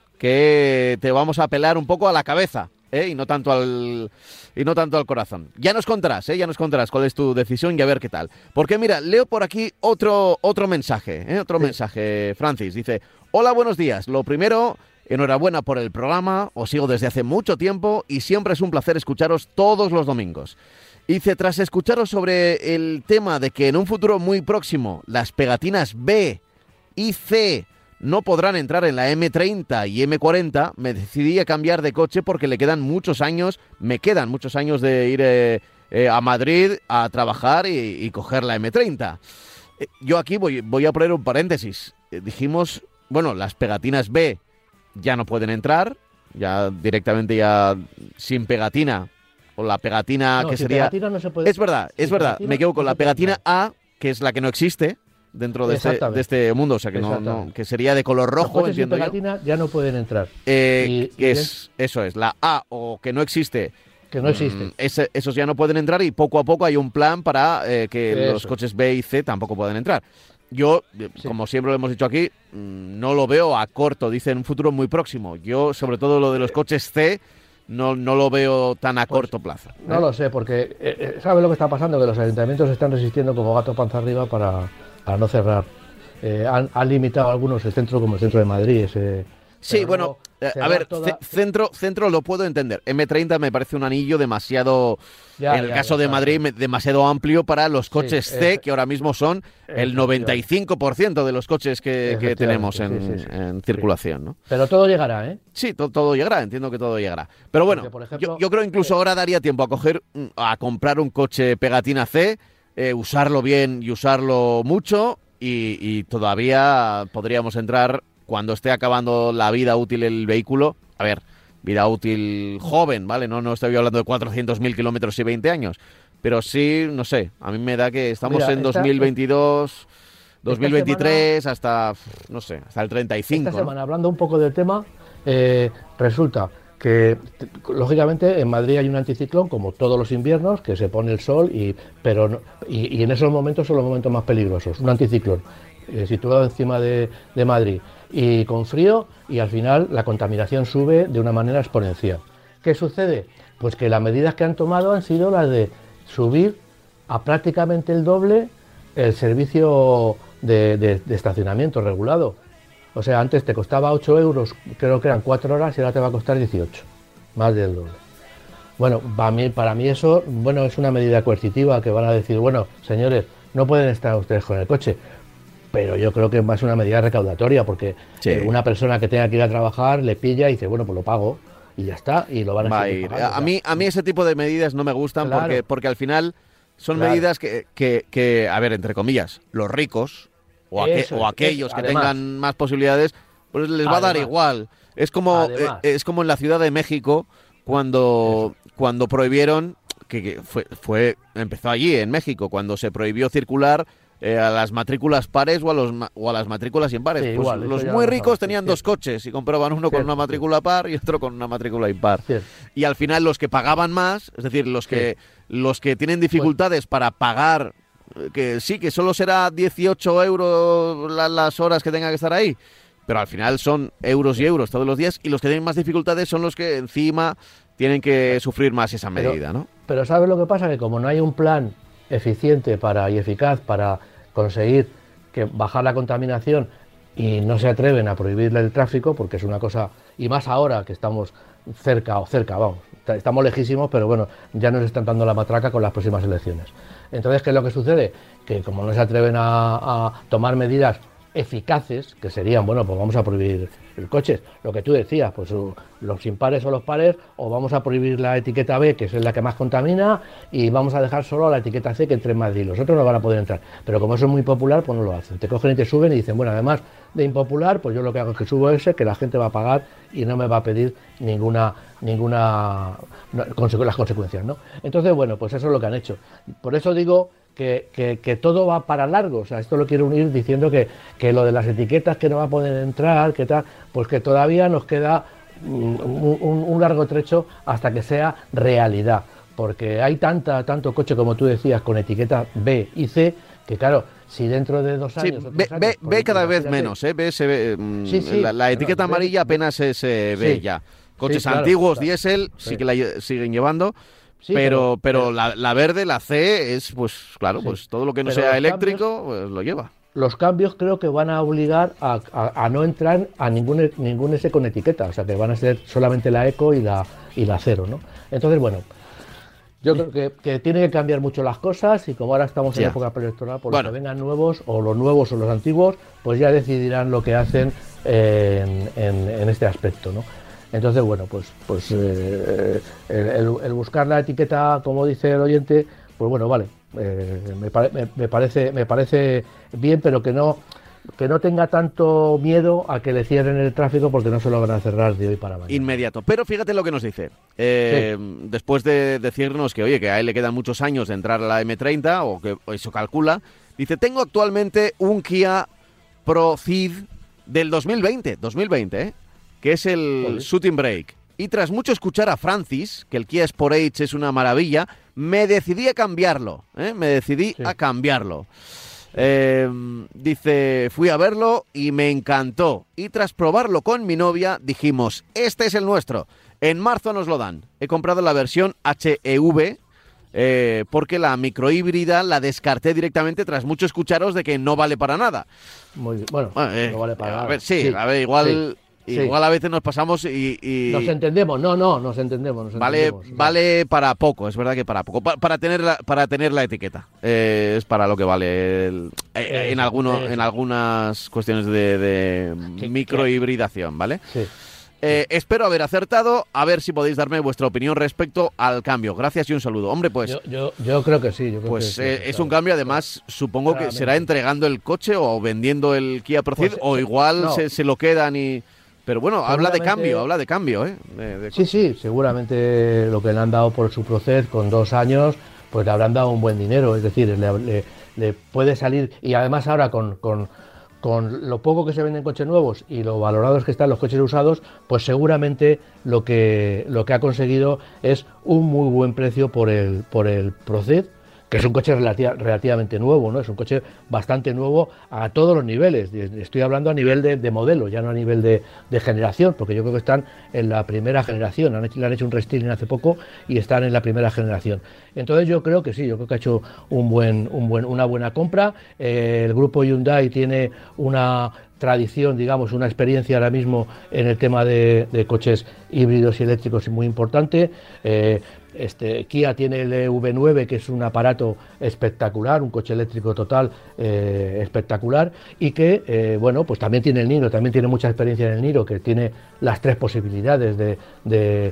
que te vamos a apelar un poco a la cabeza. ¿Eh? Y no tanto al y no tanto al corazón. Ya nos contarás, ¿eh? ya nos contarás cuál es tu decisión y a ver qué tal. Porque mira, leo por aquí otro otro mensaje, ¿eh? otro sí. mensaje, Francis. Dice, hola, buenos días. Lo primero, enhorabuena por el programa. Os sigo desde hace mucho tiempo y siempre es un placer escucharos todos los domingos. Dice, tras escucharos sobre el tema de que en un futuro muy próximo las pegatinas B y C no podrán entrar en la eme treinta y eme cuarenta, me decidí a cambiar de coche porque le quedan muchos años, me quedan muchos años de ir eh, eh, a Madrid a trabajar y, y coger la eme treinta. Eh, yo aquí voy, voy a poner un paréntesis. Eh, dijimos, bueno, las pegatinas B ya no pueden entrar, ya directamente ya sin pegatina, o la pegatina no, que sin sería... Pegatina no se puede... Es verdad, es verdad, me quedo con no la pegatina A, que es la que no existe dentro de este, de este mundo, o sea que no, no que sería de color rojo, los entiendo sin pegatina yo. Ya no pueden entrar. Eh, y, y es, es eso es, la A o que no existe. Que no existe. Ese, esos ya no pueden entrar y poco a poco hay un plan para eh, que eso. Los coches B y C tampoco puedan entrar. Yo, sí. como siempre lo hemos dicho aquí, no lo veo a corto, dice en un futuro muy próximo. Yo, sobre todo lo de los coches C, no, no lo veo tan a pues, corto plazo. ¿eh? No lo sé, porque eh, ¿sabes lo que está pasando? Que los ayuntamientos están resistiendo como gato panza arriba para, para no cerrar. Eh, han, han limitado algunos el centro, como el centro de Madrid. Ese, sí, bueno, eh, a ver, toda... centro, centro lo puedo entender. eme treinta me parece un anillo demasiado, ya, en el ya, caso ya, de Madrid, ya. demasiado amplio para los coches sí, C, es, que ahora mismo son el noventa y cinco por ciento de los coches que, que tenemos en, sí, sí, sí. en circulación, ¿no? Pero todo llegará, ¿eh? Sí, to, todo llegará, entiendo que todo llegará. Pero bueno, Porque, ejemplo, yo, yo creo incluso eh, ahora daría tiempo a coger, a comprar un coche pegatina C, eh, usarlo bien y usarlo mucho, y, y todavía podríamos entrar... Cuando esté acabando la vida útil el vehículo, a ver, vida útil joven, ¿vale? No, no estoy hablando de cuatrocientos mil kilómetros y veinte años, pero sí, no sé, a mí me da que estamos Mira, en esta, dos mil veintidós, dos mil veintitrés, semana, hasta, no sé, hasta el treinta y cinco. Esta semana, ¿no? hablando un poco del tema, Eh, resulta que, lógicamente, en Madrid hay un anticiclón, como todos los inviernos, que se pone el sol, y, pero no, y, y en esos momentos son los momentos más peligrosos. Un anticiclón eh, situado encima de, de Madrid y con frío, y al final la contaminación sube de una manera exponencial. ¿Qué sucede? Pues que las medidas que han tomado han sido las de subir a prácticamente el doble el servicio de, de, de estacionamiento regulado. O sea, antes te costaba ocho euros, creo que eran cuatro horas, y ahora te va a costar dieciocho, más del doble. Bueno, para mí, para mí eso, bueno, es una medida coercitiva que van a decir, bueno, señores, no pueden estar ustedes con el coche, pero yo creo que es más una medida recaudatoria, porque sí. eh, una persona que tenga que ir a trabajar le pilla y dice, bueno, pues lo pago, y ya está, y lo van a seguir pagando. A mí, a mí ese tipo de medidas no me gustan, claro. porque, porque al final son claro. medidas que, que, que, a ver, entre comillas, los ricos... O, aqu o aquellos es, que además, tengan más posibilidades, pues les va además, a dar igual. Es como eh, es como en la Ciudad de México cuando eso. cuando prohibieron que, que fue fue empezó allí en México cuando se prohibió circular eh, a las matrículas pares o a los o a las matrículas impares. Sí, pues igual, los muy ricos tenían sí, dos cierto. coches y compraban uno cierto, con una matrícula cierto. par y otro con una matrícula impar. Cierto. Y al final los que pagaban más, es decir, los que sí. los que tienen dificultades pues, para pagar, que sí, que solo será dieciocho euros la, las horas que tenga que estar ahí, pero al final son euros y euros todos los días, y los que tienen más dificultades son los que encima tienen que sufrir más esa medida, pero, ¿no? Pero ¿sabes lo que pasa? Que como no hay un plan eficiente para y eficaz para conseguir que bajar la contaminación, y no se atreven a prohibirle el tráfico, porque es una cosa, y más ahora que estamos cerca, o cerca, vamos, estamos lejísimos, pero bueno, ya nos están dando la matraca con las próximas elecciones. Entonces, ¿qué es lo que sucede? Que como no se atreven a, a tomar medidas eficaces, que serían, bueno, pues vamos a prohibir el coche, lo que tú decías, pues los impares o los pares, o vamos a prohibir la etiqueta B, que es la que más contamina, y vamos a dejar solo la etiqueta C, que entre más, y los otros no van a poder entrar. Pero como eso es muy popular, pues no lo hacen. Te cogen y te suben y dicen, bueno, además de impopular, pues yo lo que hago es que subo ese, que la gente va a pagar y no me va a pedir ninguna ninguna no, consecu las consecuencias, ¿no? Entonces, bueno, pues eso es lo que han hecho. Por eso digo que, que, que todo va para largo. O sea, esto lo quiero unir diciendo que, que lo de las etiquetas que no va a poder entrar, que tal, pues que todavía nos queda un, un, un largo trecho hasta que sea realidad, porque hay tanta tanto coche, como tú decías, con etiqueta B y C, que claro, si dentro de dos años... Sí, ve, ve, ve cada vez menos, ¿eh? Ve, se ve, sí, sí, la, la etiqueta claro, amarilla apenas se, se ve sí. ya. Coches sí, claro, antiguos, claro, diésel, sí, sí que la siguen llevando, sí, pero, pero, pero la, la verde, la C, es, pues claro, sí, pues todo lo que no sea eléctrico, cambios, pues lo lleva. Los cambios creo que van a obligar a, a, a no entrar a ningún, ningún S con etiqueta, o sea que van a ser solamente la eco y la, y la cero, ¿no? Entonces, bueno... Yo creo que, que tiene que cambiar mucho las cosas, y como ahora estamos en yeah. época preelectoral, pues bueno. los que vengan nuevos, o los nuevos o los antiguos, pues ya decidirán lo que hacen en, en, en este aspecto, ¿no? Entonces, bueno, pues, pues eh, el, el buscar la etiqueta, como dice el oyente, pues bueno, vale, eh, me, me, me, parece, me parece bien, pero que no... que no tenga tanto miedo a que le cierren el tráfico, porque no se lo van a cerrar de hoy para mañana. Inmediato. Pero fíjate lo que nos dice. Eh, sí. Después de decirnos que, oye, que a él le quedan muchos años de entrar a la eme treinta, o que eso calcula, dice, tengo actualmente un Kia Pro-Ceed del dos mil veinte, dos mil veinte, ¿eh? Que es el ¿Vale? Shooting Brake. Y tras mucho escuchar a Francis, que el Kia Sportage es una maravilla, me decidí a cambiarlo, ¿eh? Me decidí sí. a cambiarlo. Eh, dice, fui a verlo y me encantó, y tras probarlo con mi novia dijimos, este es el nuestro. En marzo nos lo dan. He comprado la versión hache e ve eh, porque la microhíbrida la descarté directamente tras mucho escucharos de que no vale para nada. Muy bien. Bueno, bueno eh, no vale para a nada. Ver, sí, sí, a ver, igual... Sí. Igual sí. a veces nos pasamos y, y... Nos entendemos, no, no, nos entendemos. Nos vale, entendemos. Vale para poco, es verdad que para poco. Pa para, tener la, para tener la etiqueta. Eh, es para lo que vale el, eh, en, alguno, en algunas cuestiones de, de sí, microhibridación, ¿vale? Sí. Eh, espero haber acertado, a ver si podéis darme vuestra opinión respecto al cambio. Gracias y un saludo. Hombre, pues... Yo, yo, yo creo que sí. Yo creo pues que eh, sí, es un cambio, además, supongo claramente. Que será entregando el coche o vendiendo el Kia Pro-Ceed, pues, o igual no. se, se lo quedan y... Pero bueno, habla de cambio, habla de cambio, ¿eh? De, de... Sí, sí, seguramente lo que le han dado por su Pro-Ceed con dos años, pues le habrán dado un buen dinero, es decir, le, le, le puede salir, y además ahora con, con, con lo poco que se venden coches nuevos y lo valorados que están los coches usados, pues seguramente lo que lo que ha conseguido es un muy buen precio por el por el Proced, que es un coche relativa, relativamente nuevo, ¿no? Es un coche bastante nuevo a todos los niveles. Estoy hablando a nivel de, de modelo, ya no a nivel de, de generación, porque yo creo que están en la primera generación. Han hecho, le han hecho un restyling hace poco y están en la primera generación. Entonces yo creo que sí, yo creo que ha hecho un buen, un buen, una buena compra. Eh, el grupo Hyundai tiene una tradición, digamos, una experiencia ahora mismo en el tema de, de coches híbridos y eléctricos muy importante. Eh, Este, Kia tiene el E V nueve, que es un aparato espectacular, un coche eléctrico total eh, espectacular, y que, eh, bueno, pues también tiene el Niro, también tiene mucha experiencia en el Niro, que tiene las tres posibilidades de, de,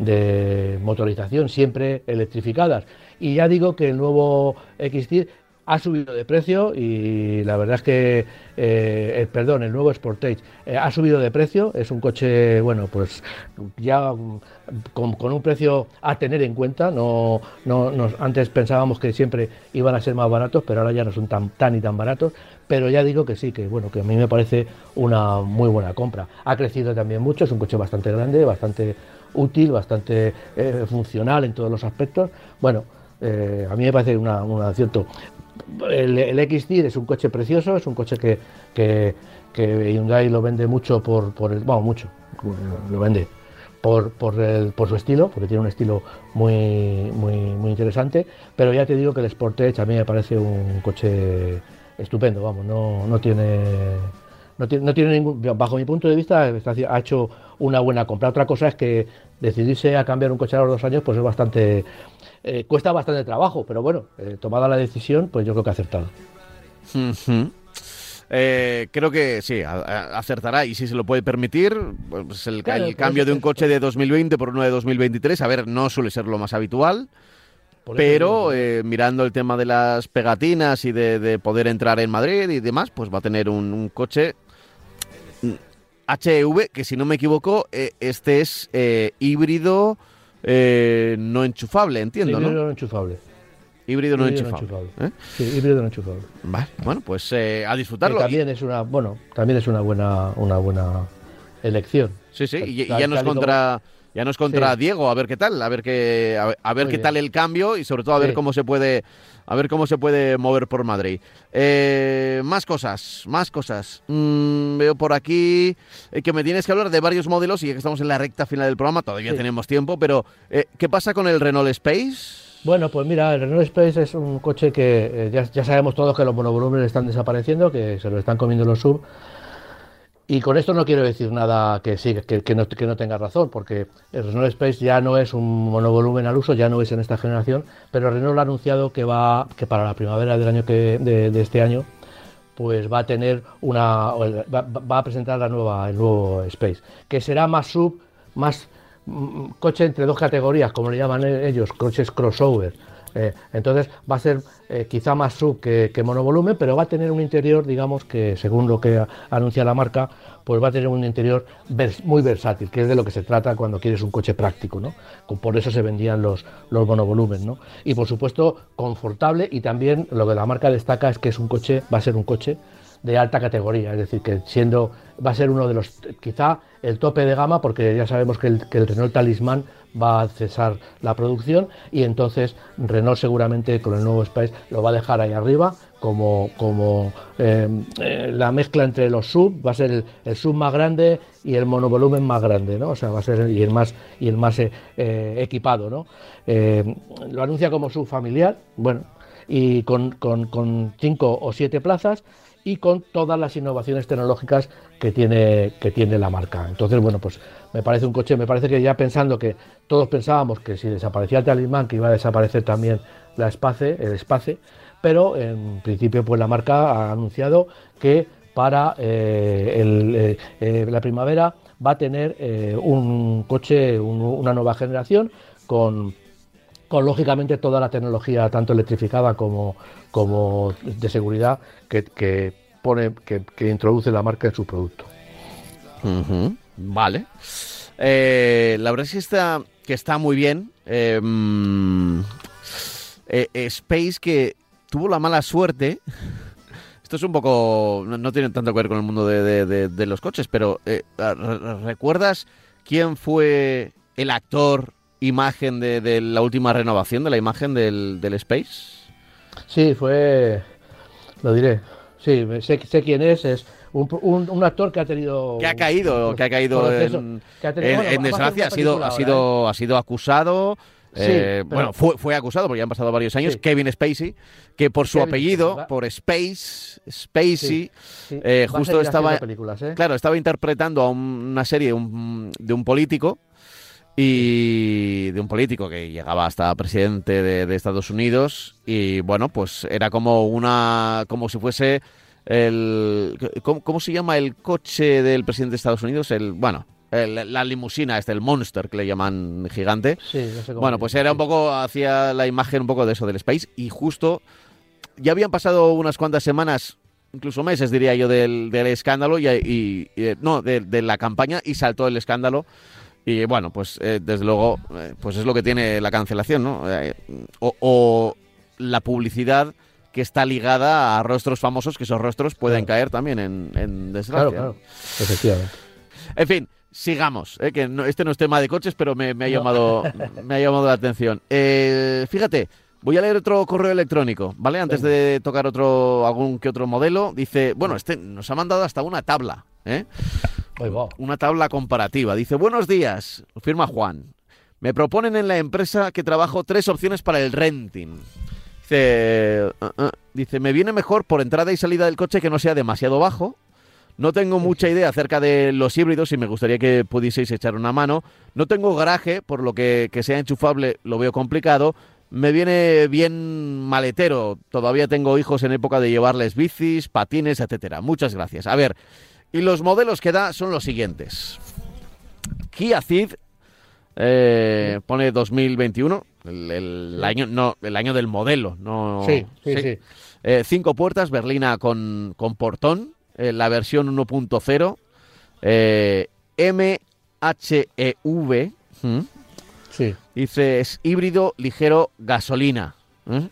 de motorización, siempre electrificadas. Y ya digo que el nuevo X C ha subido de precio y la verdad es que, eh, el, perdón, el nuevo Sportage eh, ha subido de precio, es un coche, bueno, pues ya con, con un precio a tener en cuenta, no, no nos, antes pensábamos que siempre iban a ser más baratos, pero ahora ya no son tan, tan y tan baratos, pero ya digo que sí, que bueno, que a mí me parece una muy buena compra. Ha crecido también mucho, es un coche bastante grande, bastante útil, bastante eh, funcional en todos los aspectos. Bueno, eh, a mí me parece una, un acierto. El, el X C es un coche precioso, es un coche que, que, que Hyundai lo vende mucho por, por el, bueno, mucho, lo vende por, por, el, por su estilo, porque tiene un estilo muy, muy, muy interesante, pero ya te digo que el Sportage a mí me parece un coche estupendo, vamos, no, no tiene... No tiene, no tiene ningún, bajo mi punto de vista, ha hecho una buena compra. Otra cosa es que decidirse a cambiar un coche a los dos años, pues es bastante, eh, cuesta bastante trabajo, pero bueno, eh, tomada la decisión, pues yo creo que ha acertado. Uh-huh. Eh, creo que sí, a, a, acertará, y si se lo puede permitir, pues el, claro, el cambio de un coche de dos mil veinte por uno de dos mil veintitrés, a ver, no suele ser lo más habitual. Pero eh, mirando el tema de las pegatinas y de, de poder entrar en Madrid y demás, pues va a tener un, un coche H E V, que si no me equivoco, eh, este es eh, híbrido eh, no enchufable, entiendo, híbrido ¿no? no enchufable. Híbrido no híbrido enchufable. No enchufable. ¿Eh? Sí, híbrido no enchufable. Vale, bueno, pues eh, a disfrutarlo. Que también es una, bueno, también es una buena, una buena elección. Sí, sí, y, y ya nos contra... Como... Ya nos contra sí. Diego, a ver qué tal, a ver qué, a ver, a ver qué tal el cambio y sobre todo a ver sí. cómo se puede, a ver cómo se puede mover por Madrid. Eh, más cosas, más cosas. Mm, veo por aquí eh, que me tienes que hablar de varios modelos y ya que estamos en la recta final del programa, todavía sí. tenemos tiempo, pero eh, ¿qué pasa con el Renault Space? Bueno, pues mira, el Renault Space es un coche que eh, ya, ya sabemos todos que los monovolúmenes están desapareciendo, que se lo están comiendo los sub. Y con esto no quiero decir nada que sí, que, que, no, que no tenga razón, porque el Renault Space ya no es un monovolumen al uso, ya no es en esta generación, pero Renault ha anunciado que va, que para la primavera del año que, de, de este año, pues va a tener una, va, va a presentar la nueva, el nuevo Space, que será más sub, más mm, coche entre dos categorías, como le llaman ellos, coches crossover. Eh, entonces va a ser eh, quizá más sub que, que monovolumen, pero va a tener un interior, digamos, que según lo que anuncia la marca, pues va a tener un interior vers- muy versátil, que es de lo que se trata cuando quieres un coche práctico, ¿no? Por eso se vendían los, los monovolumen, ¿no? Y por supuesto confortable, y también lo que la marca destaca es que es un coche, va a ser un coche de alta categoría, es decir, que siendo va a ser uno de los, quizá el tope de gama, porque ya sabemos que el, que el Renault Talisman va a cesar la producción y entonces Renault seguramente con el nuevo Space lo va a dejar ahí arriba como, como eh, eh, la mezcla entre los sub, va a ser el, el sub más grande y el monovolumen más grande, ¿no? O sea, va a ser y el más y el más eh, eh, equipado, ¿no? Eh, lo anuncia como sub familiar, bueno, y con, con, con cinco o siete plazas y con todas las innovaciones tecnológicas que tiene que tiene la marca. Entonces, bueno, pues me parece un coche, me parece que ya pensando que todos pensábamos que si desaparecía el Talisman, que iba a desaparecer también la Space, el Space, pero en principio pues la marca ha anunciado que para eh, el, eh, eh, la primavera va a tener eh, un coche, un, una nueva generación con con lógicamente toda la tecnología tanto electrificada como, como de seguridad que, que pone que, que introduce la marca en su producto. Uh-huh. Vale. Eh, la verdad es que está, que está muy bien. Eh, eh, Space, que tuvo la mala suerte Esto es un poco... No, no tiene tanto que ver con el mundo de, de, de, de los coches, pero eh, ¿recuerdas quién fue el actor, imagen de, de la última renovación de la imagen del, del Space? Sí, fue... Lo diré. Sí, sé, sé quién es. Es un, un, un actor que ha tenido... Que ha caído, un, que ha caído proceso, en, que ha tenido, en, bueno, en desgracia. Ha sido, ha, sido, ¿eh? ha sido acusado... Sí, eh, pero... Bueno, fue, fue acusado, porque ya han pasado varios años, sí. Kevin Spacey, que por su Kevin, apellido, va. por Space, Spacey, sí, sí. Eh, justo estaba, películas, ¿eh? claro, estaba interpretando a un, una serie un, de un político, y de un político que llegaba hasta presidente de, de Estados Unidos, y bueno, pues era como una, como si fuese el, ¿cómo, cómo se llama el coche del presidente de Estados Unidos? El, bueno... El, la limusina, este, el Monster, que le llaman gigante. Sí, no sé cómo bueno, pues era un poco, hacía la imagen un poco de eso, del Space, y justo ya habían pasado unas cuantas semanas, incluso meses, diría yo, del, del escándalo, y, y, y no, de, de la campaña, y saltó el escándalo. Y bueno, pues eh, desde luego, eh, pues es lo que tiene la cancelación, ¿no? Eh, o, o la publicidad que está ligada a rostros famosos, que esos rostros pueden claro. caer también en, en desgracia. Claro, claro, efectivamente. En fin, sigamos, ¿eh? que no, este no es tema de coches, pero me, me, ha, llamado, no. me ha llamado la atención. Eh, fíjate, voy a leer otro correo electrónico, ¿vale? Antes Venga. de tocar otro algún que otro modelo. Dice, bueno, este nos ha mandado hasta una tabla, ¿eh? Ay, wow. Una tabla comparativa. Dice, buenos días, firma Juan. Me proponen en la empresa que trabajo tres opciones para el renting. Dice, uh, uh, dice, me viene mejor por entrada y salida del coche que no sea demasiado bajo. No tengo mucha idea acerca de los híbridos y me gustaría que pudieseis echar una mano. No tengo garaje, por lo que que sea enchufable lo veo complicado. Me viene bien maletero. Todavía tengo hijos en época de llevarles bicis, patines, etcétera. Muchas gracias. A ver, y los modelos que da son los siguientes. Kia Ceed, eh, pone dos mil veintiuno, el, el, sí. año, no, el año del modelo. No, sí, sí, sí. sí. Eh, cinco puertas, berlina con, con portón. Eh, la versión uno punto cero, eh, M H E V, ¿Mm? sí. dice, es híbrido ligero gasolina. ¿eh?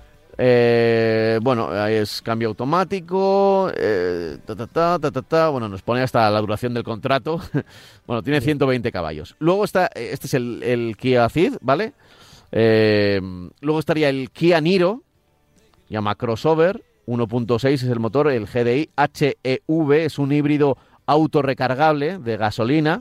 Eh, bueno, es cambio automático, eh, ta, ta, ta, ta, ta, ta, bueno, nos pone hasta la duración del contrato. Bueno, tiene ciento veinte caballos. Luego está, este es el, el Kia Ceed, ¿vale? Eh, luego estaría el Kia Niro, llama crossover, uno punto seis es el motor, el G D I. H E V es un híbrido autorrecargable de gasolina,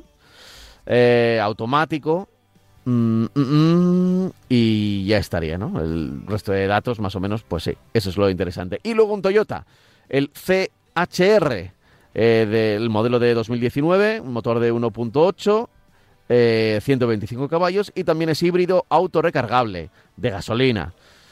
eh, automático, mm, mm, mm, y ya estaría, ¿no? El resto de datos, más o menos, pues sí, eso es lo interesante. Y luego un Toyota, el C H R, eh, del modelo de dos mil diecinueve, un motor de uno punto ocho, eh, ciento veinticinco caballos, y también es híbrido autorrecargable de gasolina.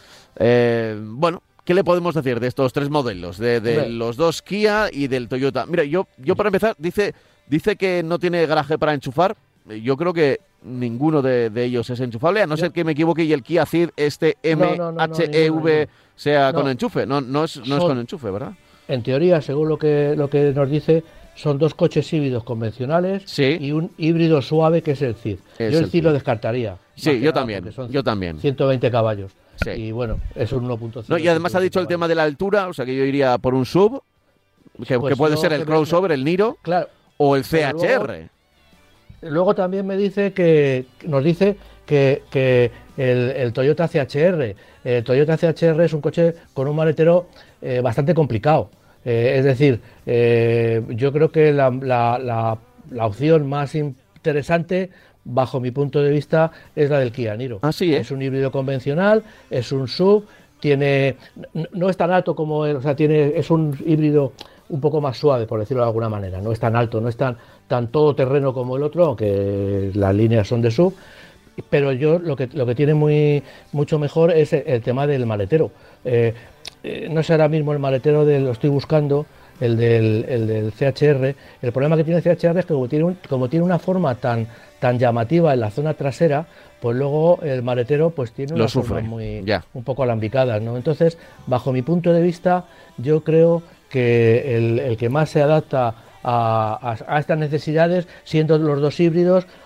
Eh, bueno, ¿qué le podemos decir de estos tres modelos? De, de los dos Kia y del Toyota. Mira, yo, yo para empezar, dice, dice que no tiene garaje para enchufar. Yo creo que ninguno de, de ellos es enchufable, a no ser que me equivoque y el Kia Ceed, este M H E V, no, no, no, no, sea no. con enchufe. No, no, es, no son, es con enchufe, ¿verdad? En teoría, según lo que, lo que nos dice, son dos coches híbridos convencionales sí. y un híbrido suave que es el Ceed. Es yo el el Ceed lo descartaría. Sí, yo también, yo también. ciento veinte caballos. Sí. Y bueno, es un uno punto cero. No, y además ha dicho el tema de la altura, o sea que yo iría por un sub, que, pues que puede ser el crossover, el Niro, claro, o el C H R. Luego, luego también me dice que, nos dice que, que el, el Toyota C H R, el Toyota C H R es un coche con un maletero eh, bastante complicado. Eh, es decir, eh, yo creo que la, la, la, la opción más interesante, bajo mi punto de vista, es la del Kia Niro. Así es. Es un híbrido convencional, es un sub, tiene, no, no es tan alto como el, o sea, tiene, es un híbrido un poco más suave, por decirlo de alguna manera. No es tan alto, no es tan, tan todoterreno como el otro, aunque las líneas son de sub. Pero yo lo que lo que tiene muy mucho mejor es el, el tema del maletero. Eh, eh, no sé ahora mismo el maletero de, lo estoy buscando, el del, el del C H R. El problema que tiene el C H R es que como tiene, un, como tiene una forma tan, tan llamativa en la zona trasera, pues luego el maletero pues tiene una forma muy yeah. un poco alambicada, ¿no? Entonces, bajo mi punto de vista, yo creo que el, el que más se adapta a, a, a estas necesidades, siendo los dos híbridos,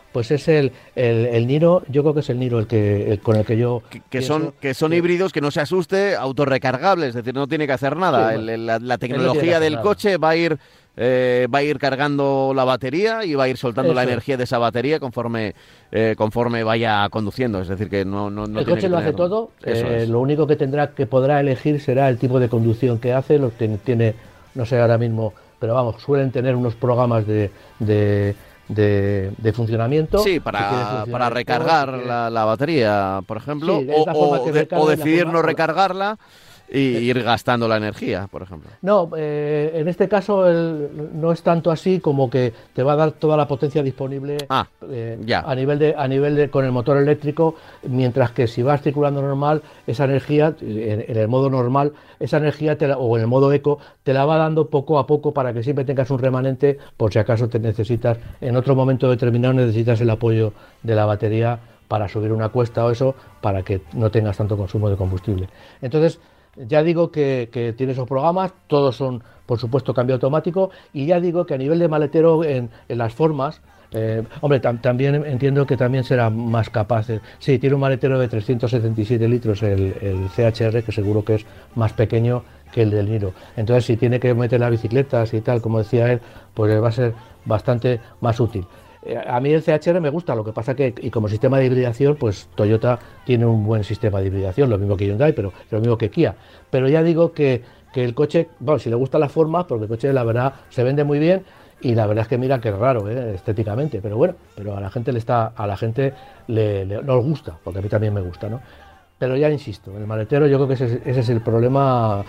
pues es el, el, el Niro, yo creo que es el Niro el que el, con el que yo... Que, que son, que son que, híbridos, que no se asuste, autorrecargables, es decir, no tiene que hacer nada. Sí, bueno, el, la, la tecnología no del nada. coche va a ir... Eh, va a ir cargando la batería y va a ir soltando Eso. la energía de esa batería conforme eh, conforme vaya conduciendo, es decir que no, no, no el tiene coche que lo tener... hace todo, eh, lo único que tendrá que podrá elegir será el tipo de conducción que hace, lo que tiene, no sé ahora mismo, pero vamos, suelen tener unos programas de, de De, de funcionamiento. Sí, para, si para recargar todo, la, la batería, por ejemplo, sí, o, o, de, o decidir no recargarla y eh, ir gastando la energía, por ejemplo. No, eh, en este caso el, no es tanto así como que te va a dar toda la potencia disponible ah, eh, ya. a nivel de a nivel de con el motor eléctrico, mientras que si vas circulando normal, esa energía en, en el modo normal, esa energía te la, o en el modo eco te la va dando poco a poco para que siempre tengas un remanente por si acaso te necesitas en otro momento determinado necesitas el apoyo de la batería para subir una cuesta o eso, para que no tengas tanto consumo de combustible. Entonces, ya digo que, que tiene esos programas, todos son, por supuesto, cambio automático, y ya digo que a nivel de maletero, en, en las formas, eh, hombre, tam, también entiendo que también será más capaz. De, sí, tiene un maletero de trescientos setenta y siete litros, el, el C H R, que seguro que es más pequeño que el del Niro. Entonces, si tiene que meter las bicicletas y tal, como decía él, pues va a ser bastante más útil. A mí el C H R me gusta, lo que pasa que, y como sistema de hibridación, pues Toyota tiene un buen sistema de hibridación, lo mismo que Hyundai, pero lo mismo que Kia. Pero ya digo que, que el coche, bueno, si le gusta la forma, porque el coche la verdad se vende muy bien y la verdad es que mira que es raro, ¿eh? estéticamente, pero bueno, pero a la gente le está, a la gente le, le, nos gusta, porque a mí también me gusta, ¿no? Pero ya insisto, el maletero yo creo que ese, ese es el problema,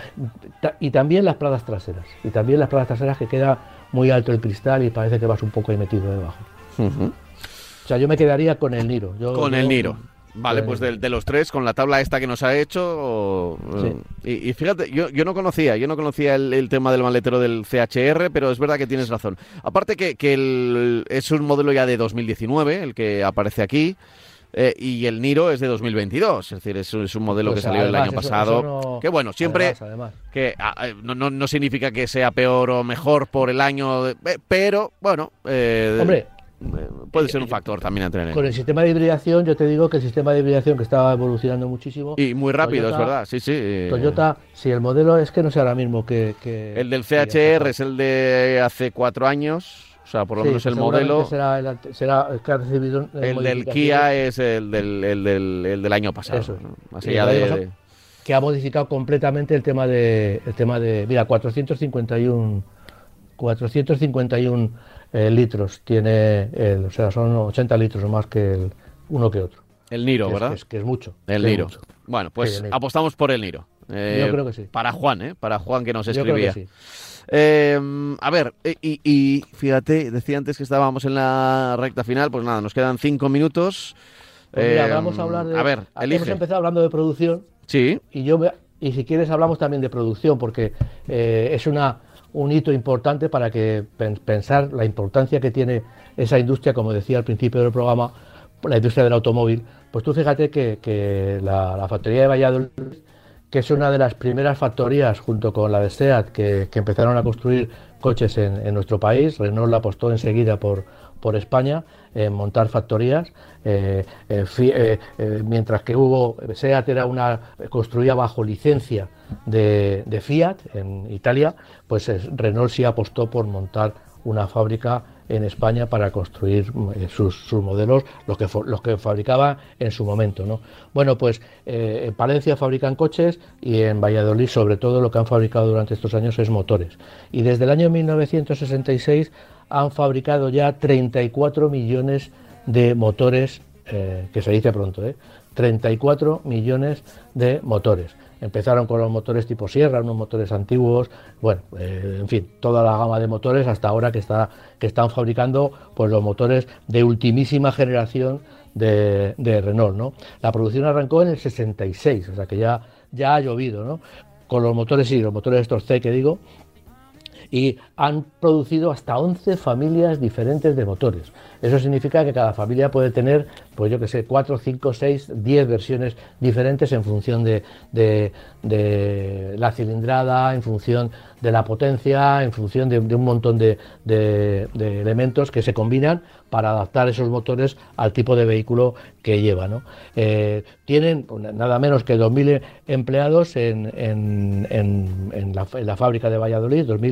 y también las pladas traseras, y también las pladas traseras que queda muy alto el cristal y parece que vas un poco ahí metido debajo. Uh-huh. O sea, yo me quedaría con el Niro. Yo, con yo, el Niro. Vale, pues de, de los tres, con la tabla esta que nos ha hecho... Sí. Y, y fíjate, yo, yo no conocía, yo no conocía el, el tema del maletero del C H R, pero es verdad que tienes razón. Aparte que, que el, es un modelo ya de dos mil diecinueve, el que aparece aquí, eh, y el Niro es de dos mil veintidós, es decir, es, es un modelo pues que salió además, el año eso, pasado. Eso no... Que bueno, siempre... Además, además. Que a, no, no, no significa que sea peor o mejor por el año, de, pero bueno... Eh, Hombre... Puede ser un factor también a tener. Con el sistema de hibridación, yo te digo que el sistema de hibridación que estaba evolucionando muchísimo. Y muy rápido, Toyota, es verdad, sí, sí. Toyota, si el modelo es que no sé ahora mismo que... que el del C H R es el de hace cuatro años, o sea, por lo sí, menos el modelo... Será el, será el que ha recibido... El del Kia es el del, el del, el del año pasado. Eso. ¿No? Así ya de, de... Que ha modificado completamente el tema de... El tema de mira, cuatrocientos cincuenta y uno Eh, litros tiene, el, o sea, son ochenta litros más que el, uno que otro. El Niro, que ¿verdad? Es, que, es, que es mucho. El Niro. Mucho. Bueno, pues sí, apostamos por el Niro. Eh, Yo creo que sí. Para Juan, ¿eh? Para Juan que nos Yo escribía. Creo que sí. eh, a ver, y, y fíjate, decía antes que estábamos en la recta final, pues nada, nos quedan cinco minutos. Pues mira, eh, vamos a hablar de... A ver, elige. Hemos empezado hablando de producción. Sí. Y yo y si quieres hablamos también de producción, porque eh, es una... un hito importante para que pensar la importancia que tiene esa industria, como decía al principio del programa, la industria del automóvil. Pues tú fíjate que, que la, la factoría de Valladolid, que es una de las primeras factorías junto con la de SEAT que, que empezaron a construir coches en, en nuestro país. Renault la apostó enseguida por, por España en montar factorías, eh, eh, fi, eh, eh, mientras que hubo SEAT era una construía bajo licencia de, de Fiat en Italia, pues es, Renault sí apostó por montar una fábrica en España para construir eh, sus, sus modelos, los que, los que fabricaba en su momento, ¿no? Bueno, pues eh, en Palencia fabrican coches y en Valladolid sobre todo lo que han fabricado durante estos años es motores. Y desde el año mil novecientos sesenta y seis han fabricado ya treinta y cuatro millones de motores, eh, que se dice pronto, ¿eh? treinta y cuatro millones de motores. Empezaron con los motores tipo Sierra, unos motores antiguos, bueno, eh, en fin, toda la gama de motores hasta ahora que está que están fabricando pues los motores de ultimísima generación de, de Renault, ¿no? La producción arrancó en el sesenta y seis, o sea que ya, ya ha llovido, ¿no? Con los motores, sí, los motores estos C que digo, y han producido hasta once familias diferentes de motores. Eso significa que cada familia puede tener, pues yo que sé, cuatro, cinco, seis, diez versiones diferentes en función de, de, de la cilindrada, en función de la potencia, en función de, de un montón de, de, de elementos que se combinan para adaptar esos motores al tipo de vehículo que lleva, ¿no? Eh, tienen nada menos que dos mil empleados en, en, en, en, la, en la fábrica de Valladolid, dos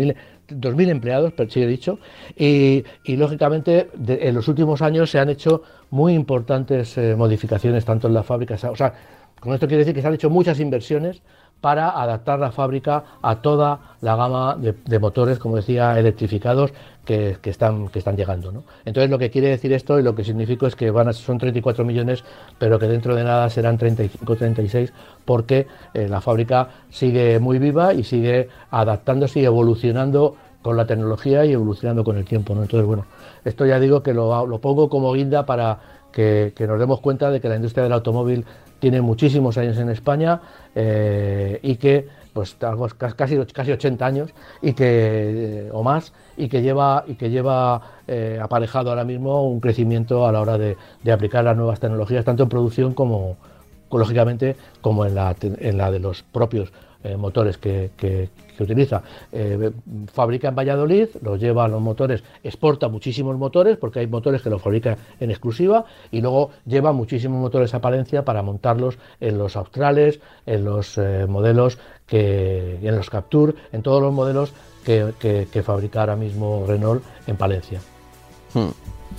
mil empleados, sí he dicho, y, y lógicamente de, en los últimos años se han hecho muy importantes eh, modificaciones tanto en la fábrica, o sea, con esto quiere decir que se han hecho muchas inversiones para adaptar la fábrica a toda la gama de, de motores, como decía, electrificados que, que, están, que están llegando, ¿no? Entonces lo que quiere decir esto y lo que significa es que van a, son treinta y cuatro millones, pero que dentro de nada serán treinta y cinco, treinta y seis, porque eh, la fábrica sigue muy viva y sigue adaptándose y evolucionando con la tecnología y evolucionando con el tiempo, ¿no? Entonces, bueno, esto ya digo que lo, lo pongo como guinda para que, que nos demos cuenta de que la industria del automóvil tiene muchísimos años en España eh, y que pues casi casi ochenta años y que eh, o más y que lleva y que lleva eh, aparejado ahora mismo un crecimiento a la hora de, de aplicar las nuevas tecnologías tanto en producción como lógicamente como en la en la de los propios eh, motores que, que, que utiliza. Eh, fabrica en Valladolid, los lleva a los motores, exporta muchísimos motores porque hay motores que los fabrica en exclusiva y luego lleva muchísimos motores a Palencia para montarlos en los Australes, en los eh, modelos que en los Captur, en todos los modelos que, que, que fabrica ahora mismo Renault en Palencia. Hmm.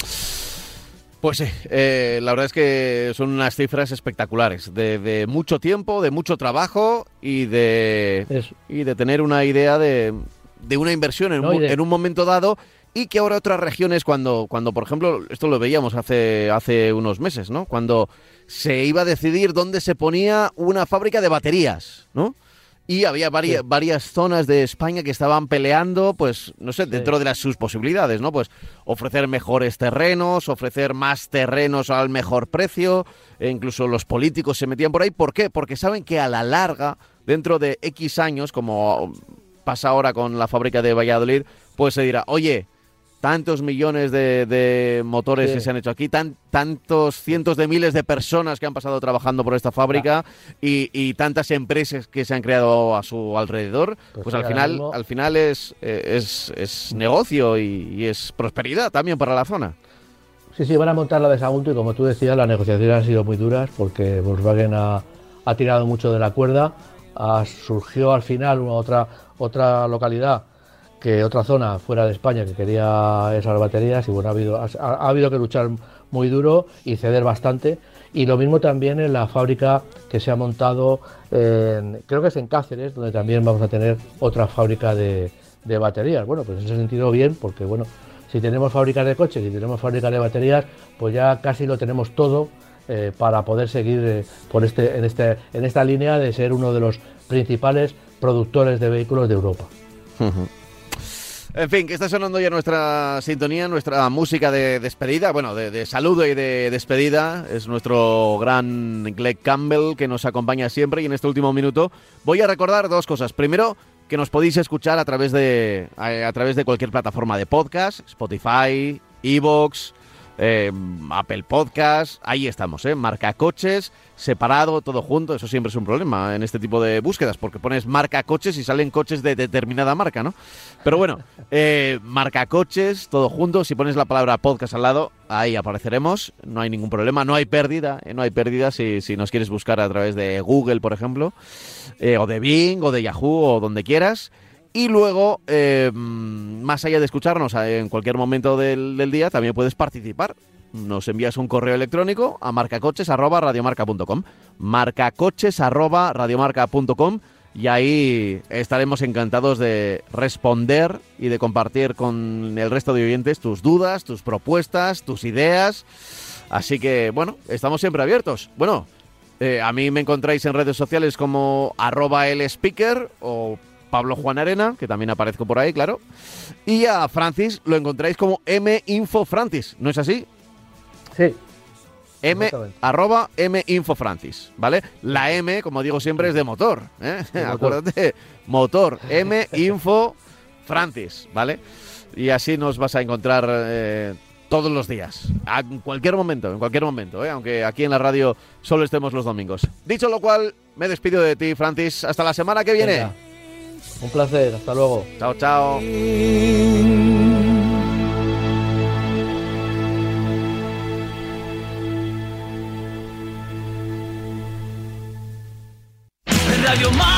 Pues sí, eh, la verdad es que son unas cifras espectaculares, de, de mucho tiempo, de mucho trabajo y de, y de tener una idea de, de una inversión en, no, un, de... en un momento dado y que ahora otras regiones, cuando, cuando por ejemplo, esto lo veíamos hace, hace unos meses, ¿no? Cuando se iba a decidir dónde se ponía una fábrica de baterías, ¿no? Y había varias, sí. varias zonas de España que estaban peleando, pues, no sé, dentro sí. de las, sus posibilidades, ¿no? Pues ofrecer mejores terrenos, ofrecer más terrenos al mejor precio, e incluso los políticos se metían por ahí. ¿Por qué? Porque saben que a la larga, dentro de X años, como pasa ahora con la fábrica de Valladolid, pues se dirá, oye, tantos millones de, de motores sí. que se han hecho aquí, tan, tantos cientos de miles de personas que han pasado trabajando por esta fábrica ah. y, y tantas empresas que se han creado a su alrededor, pues, pues al final mismo... al final es, es, es negocio y, y es prosperidad también para la zona. Sí, sí, van a montar la de Sagunto y como tú decías, las negociaciones han sido muy duras porque Volkswagen ha, ha tirado mucho de la cuerda, ha, surgió al final una otra, otra localidad que otra zona fuera de España que quería esas baterías y bueno, ha habido, ha, ha habido que luchar muy duro y ceder bastante y lo mismo también en la fábrica que se ha montado en, creo que es en Cáceres, donde también vamos a tener otra fábrica de, de baterías. Bueno, pues en ese sentido bien, porque bueno, si tenemos fábricas de coches y tenemos fábricas de baterías, pues ya casi lo tenemos todo eh, para poder seguir eh, por este, en, este, en esta línea de ser uno de los principales productores de vehículos de Europa. Uh-huh. En fin, que está sonando ya nuestra sintonía, nuestra música de despedida, bueno, de, de saludo y de despedida. Es nuestro gran Greg Campbell que nos acompaña siempre y en este último minuto voy a recordar dos cosas. Primero, que nos podéis escuchar a través de, a, a través de cualquier plataforma de podcast, Spotify, iVoox, eh, Apple Podcast, ahí estamos, ¿eh? Marca Coches, separado, todo junto, eso siempre es un problema en este tipo de búsquedas, porque pones Marca Coches y salen coches de determinada marca, ¿no? Pero bueno, eh, Marca Coches, todo junto, si pones la palabra podcast al lado, ahí apareceremos, no hay ningún problema, no hay pérdida, eh, no hay pérdida si, si nos quieres buscar a través de Google, por ejemplo, eh, o de Bing, o de Yahoo, o donde quieras. Y luego, eh, más allá de escucharnos en cualquier momento del, del día, también puedes participar. Nos envías un correo electrónico a marcacoches arroba radiomarca punto com, marcacoches arroba radiomarca punto com, y ahí estaremos encantados de responder y de compartir con el resto de oyentes tus dudas, tus propuestas, tus ideas. Así que, bueno, estamos siempre abiertos. Bueno, eh, a mí me encontráis en redes sociales como arroba el speaker o Pablo Juan Arena, que también aparezco por ahí, claro. Y a Francis lo encontráis como minfofrancis, ¿no es así? Sí. M, arroba minfofrancis, ¿vale? La M, como digo siempre, es de motor, ¿eh? De motor. Acuérdate, motor, minfofrancis, ¿vale? Y así nos vas a encontrar eh, todos los días, en cualquier momento, en cualquier momento, ¿eh? Aunque aquí en la radio solo estemos los domingos. Dicho lo cual, me despido de ti, Francis. Hasta la semana que viene. Venga. Un placer, hasta luego. Chao, chao. Radio Mar.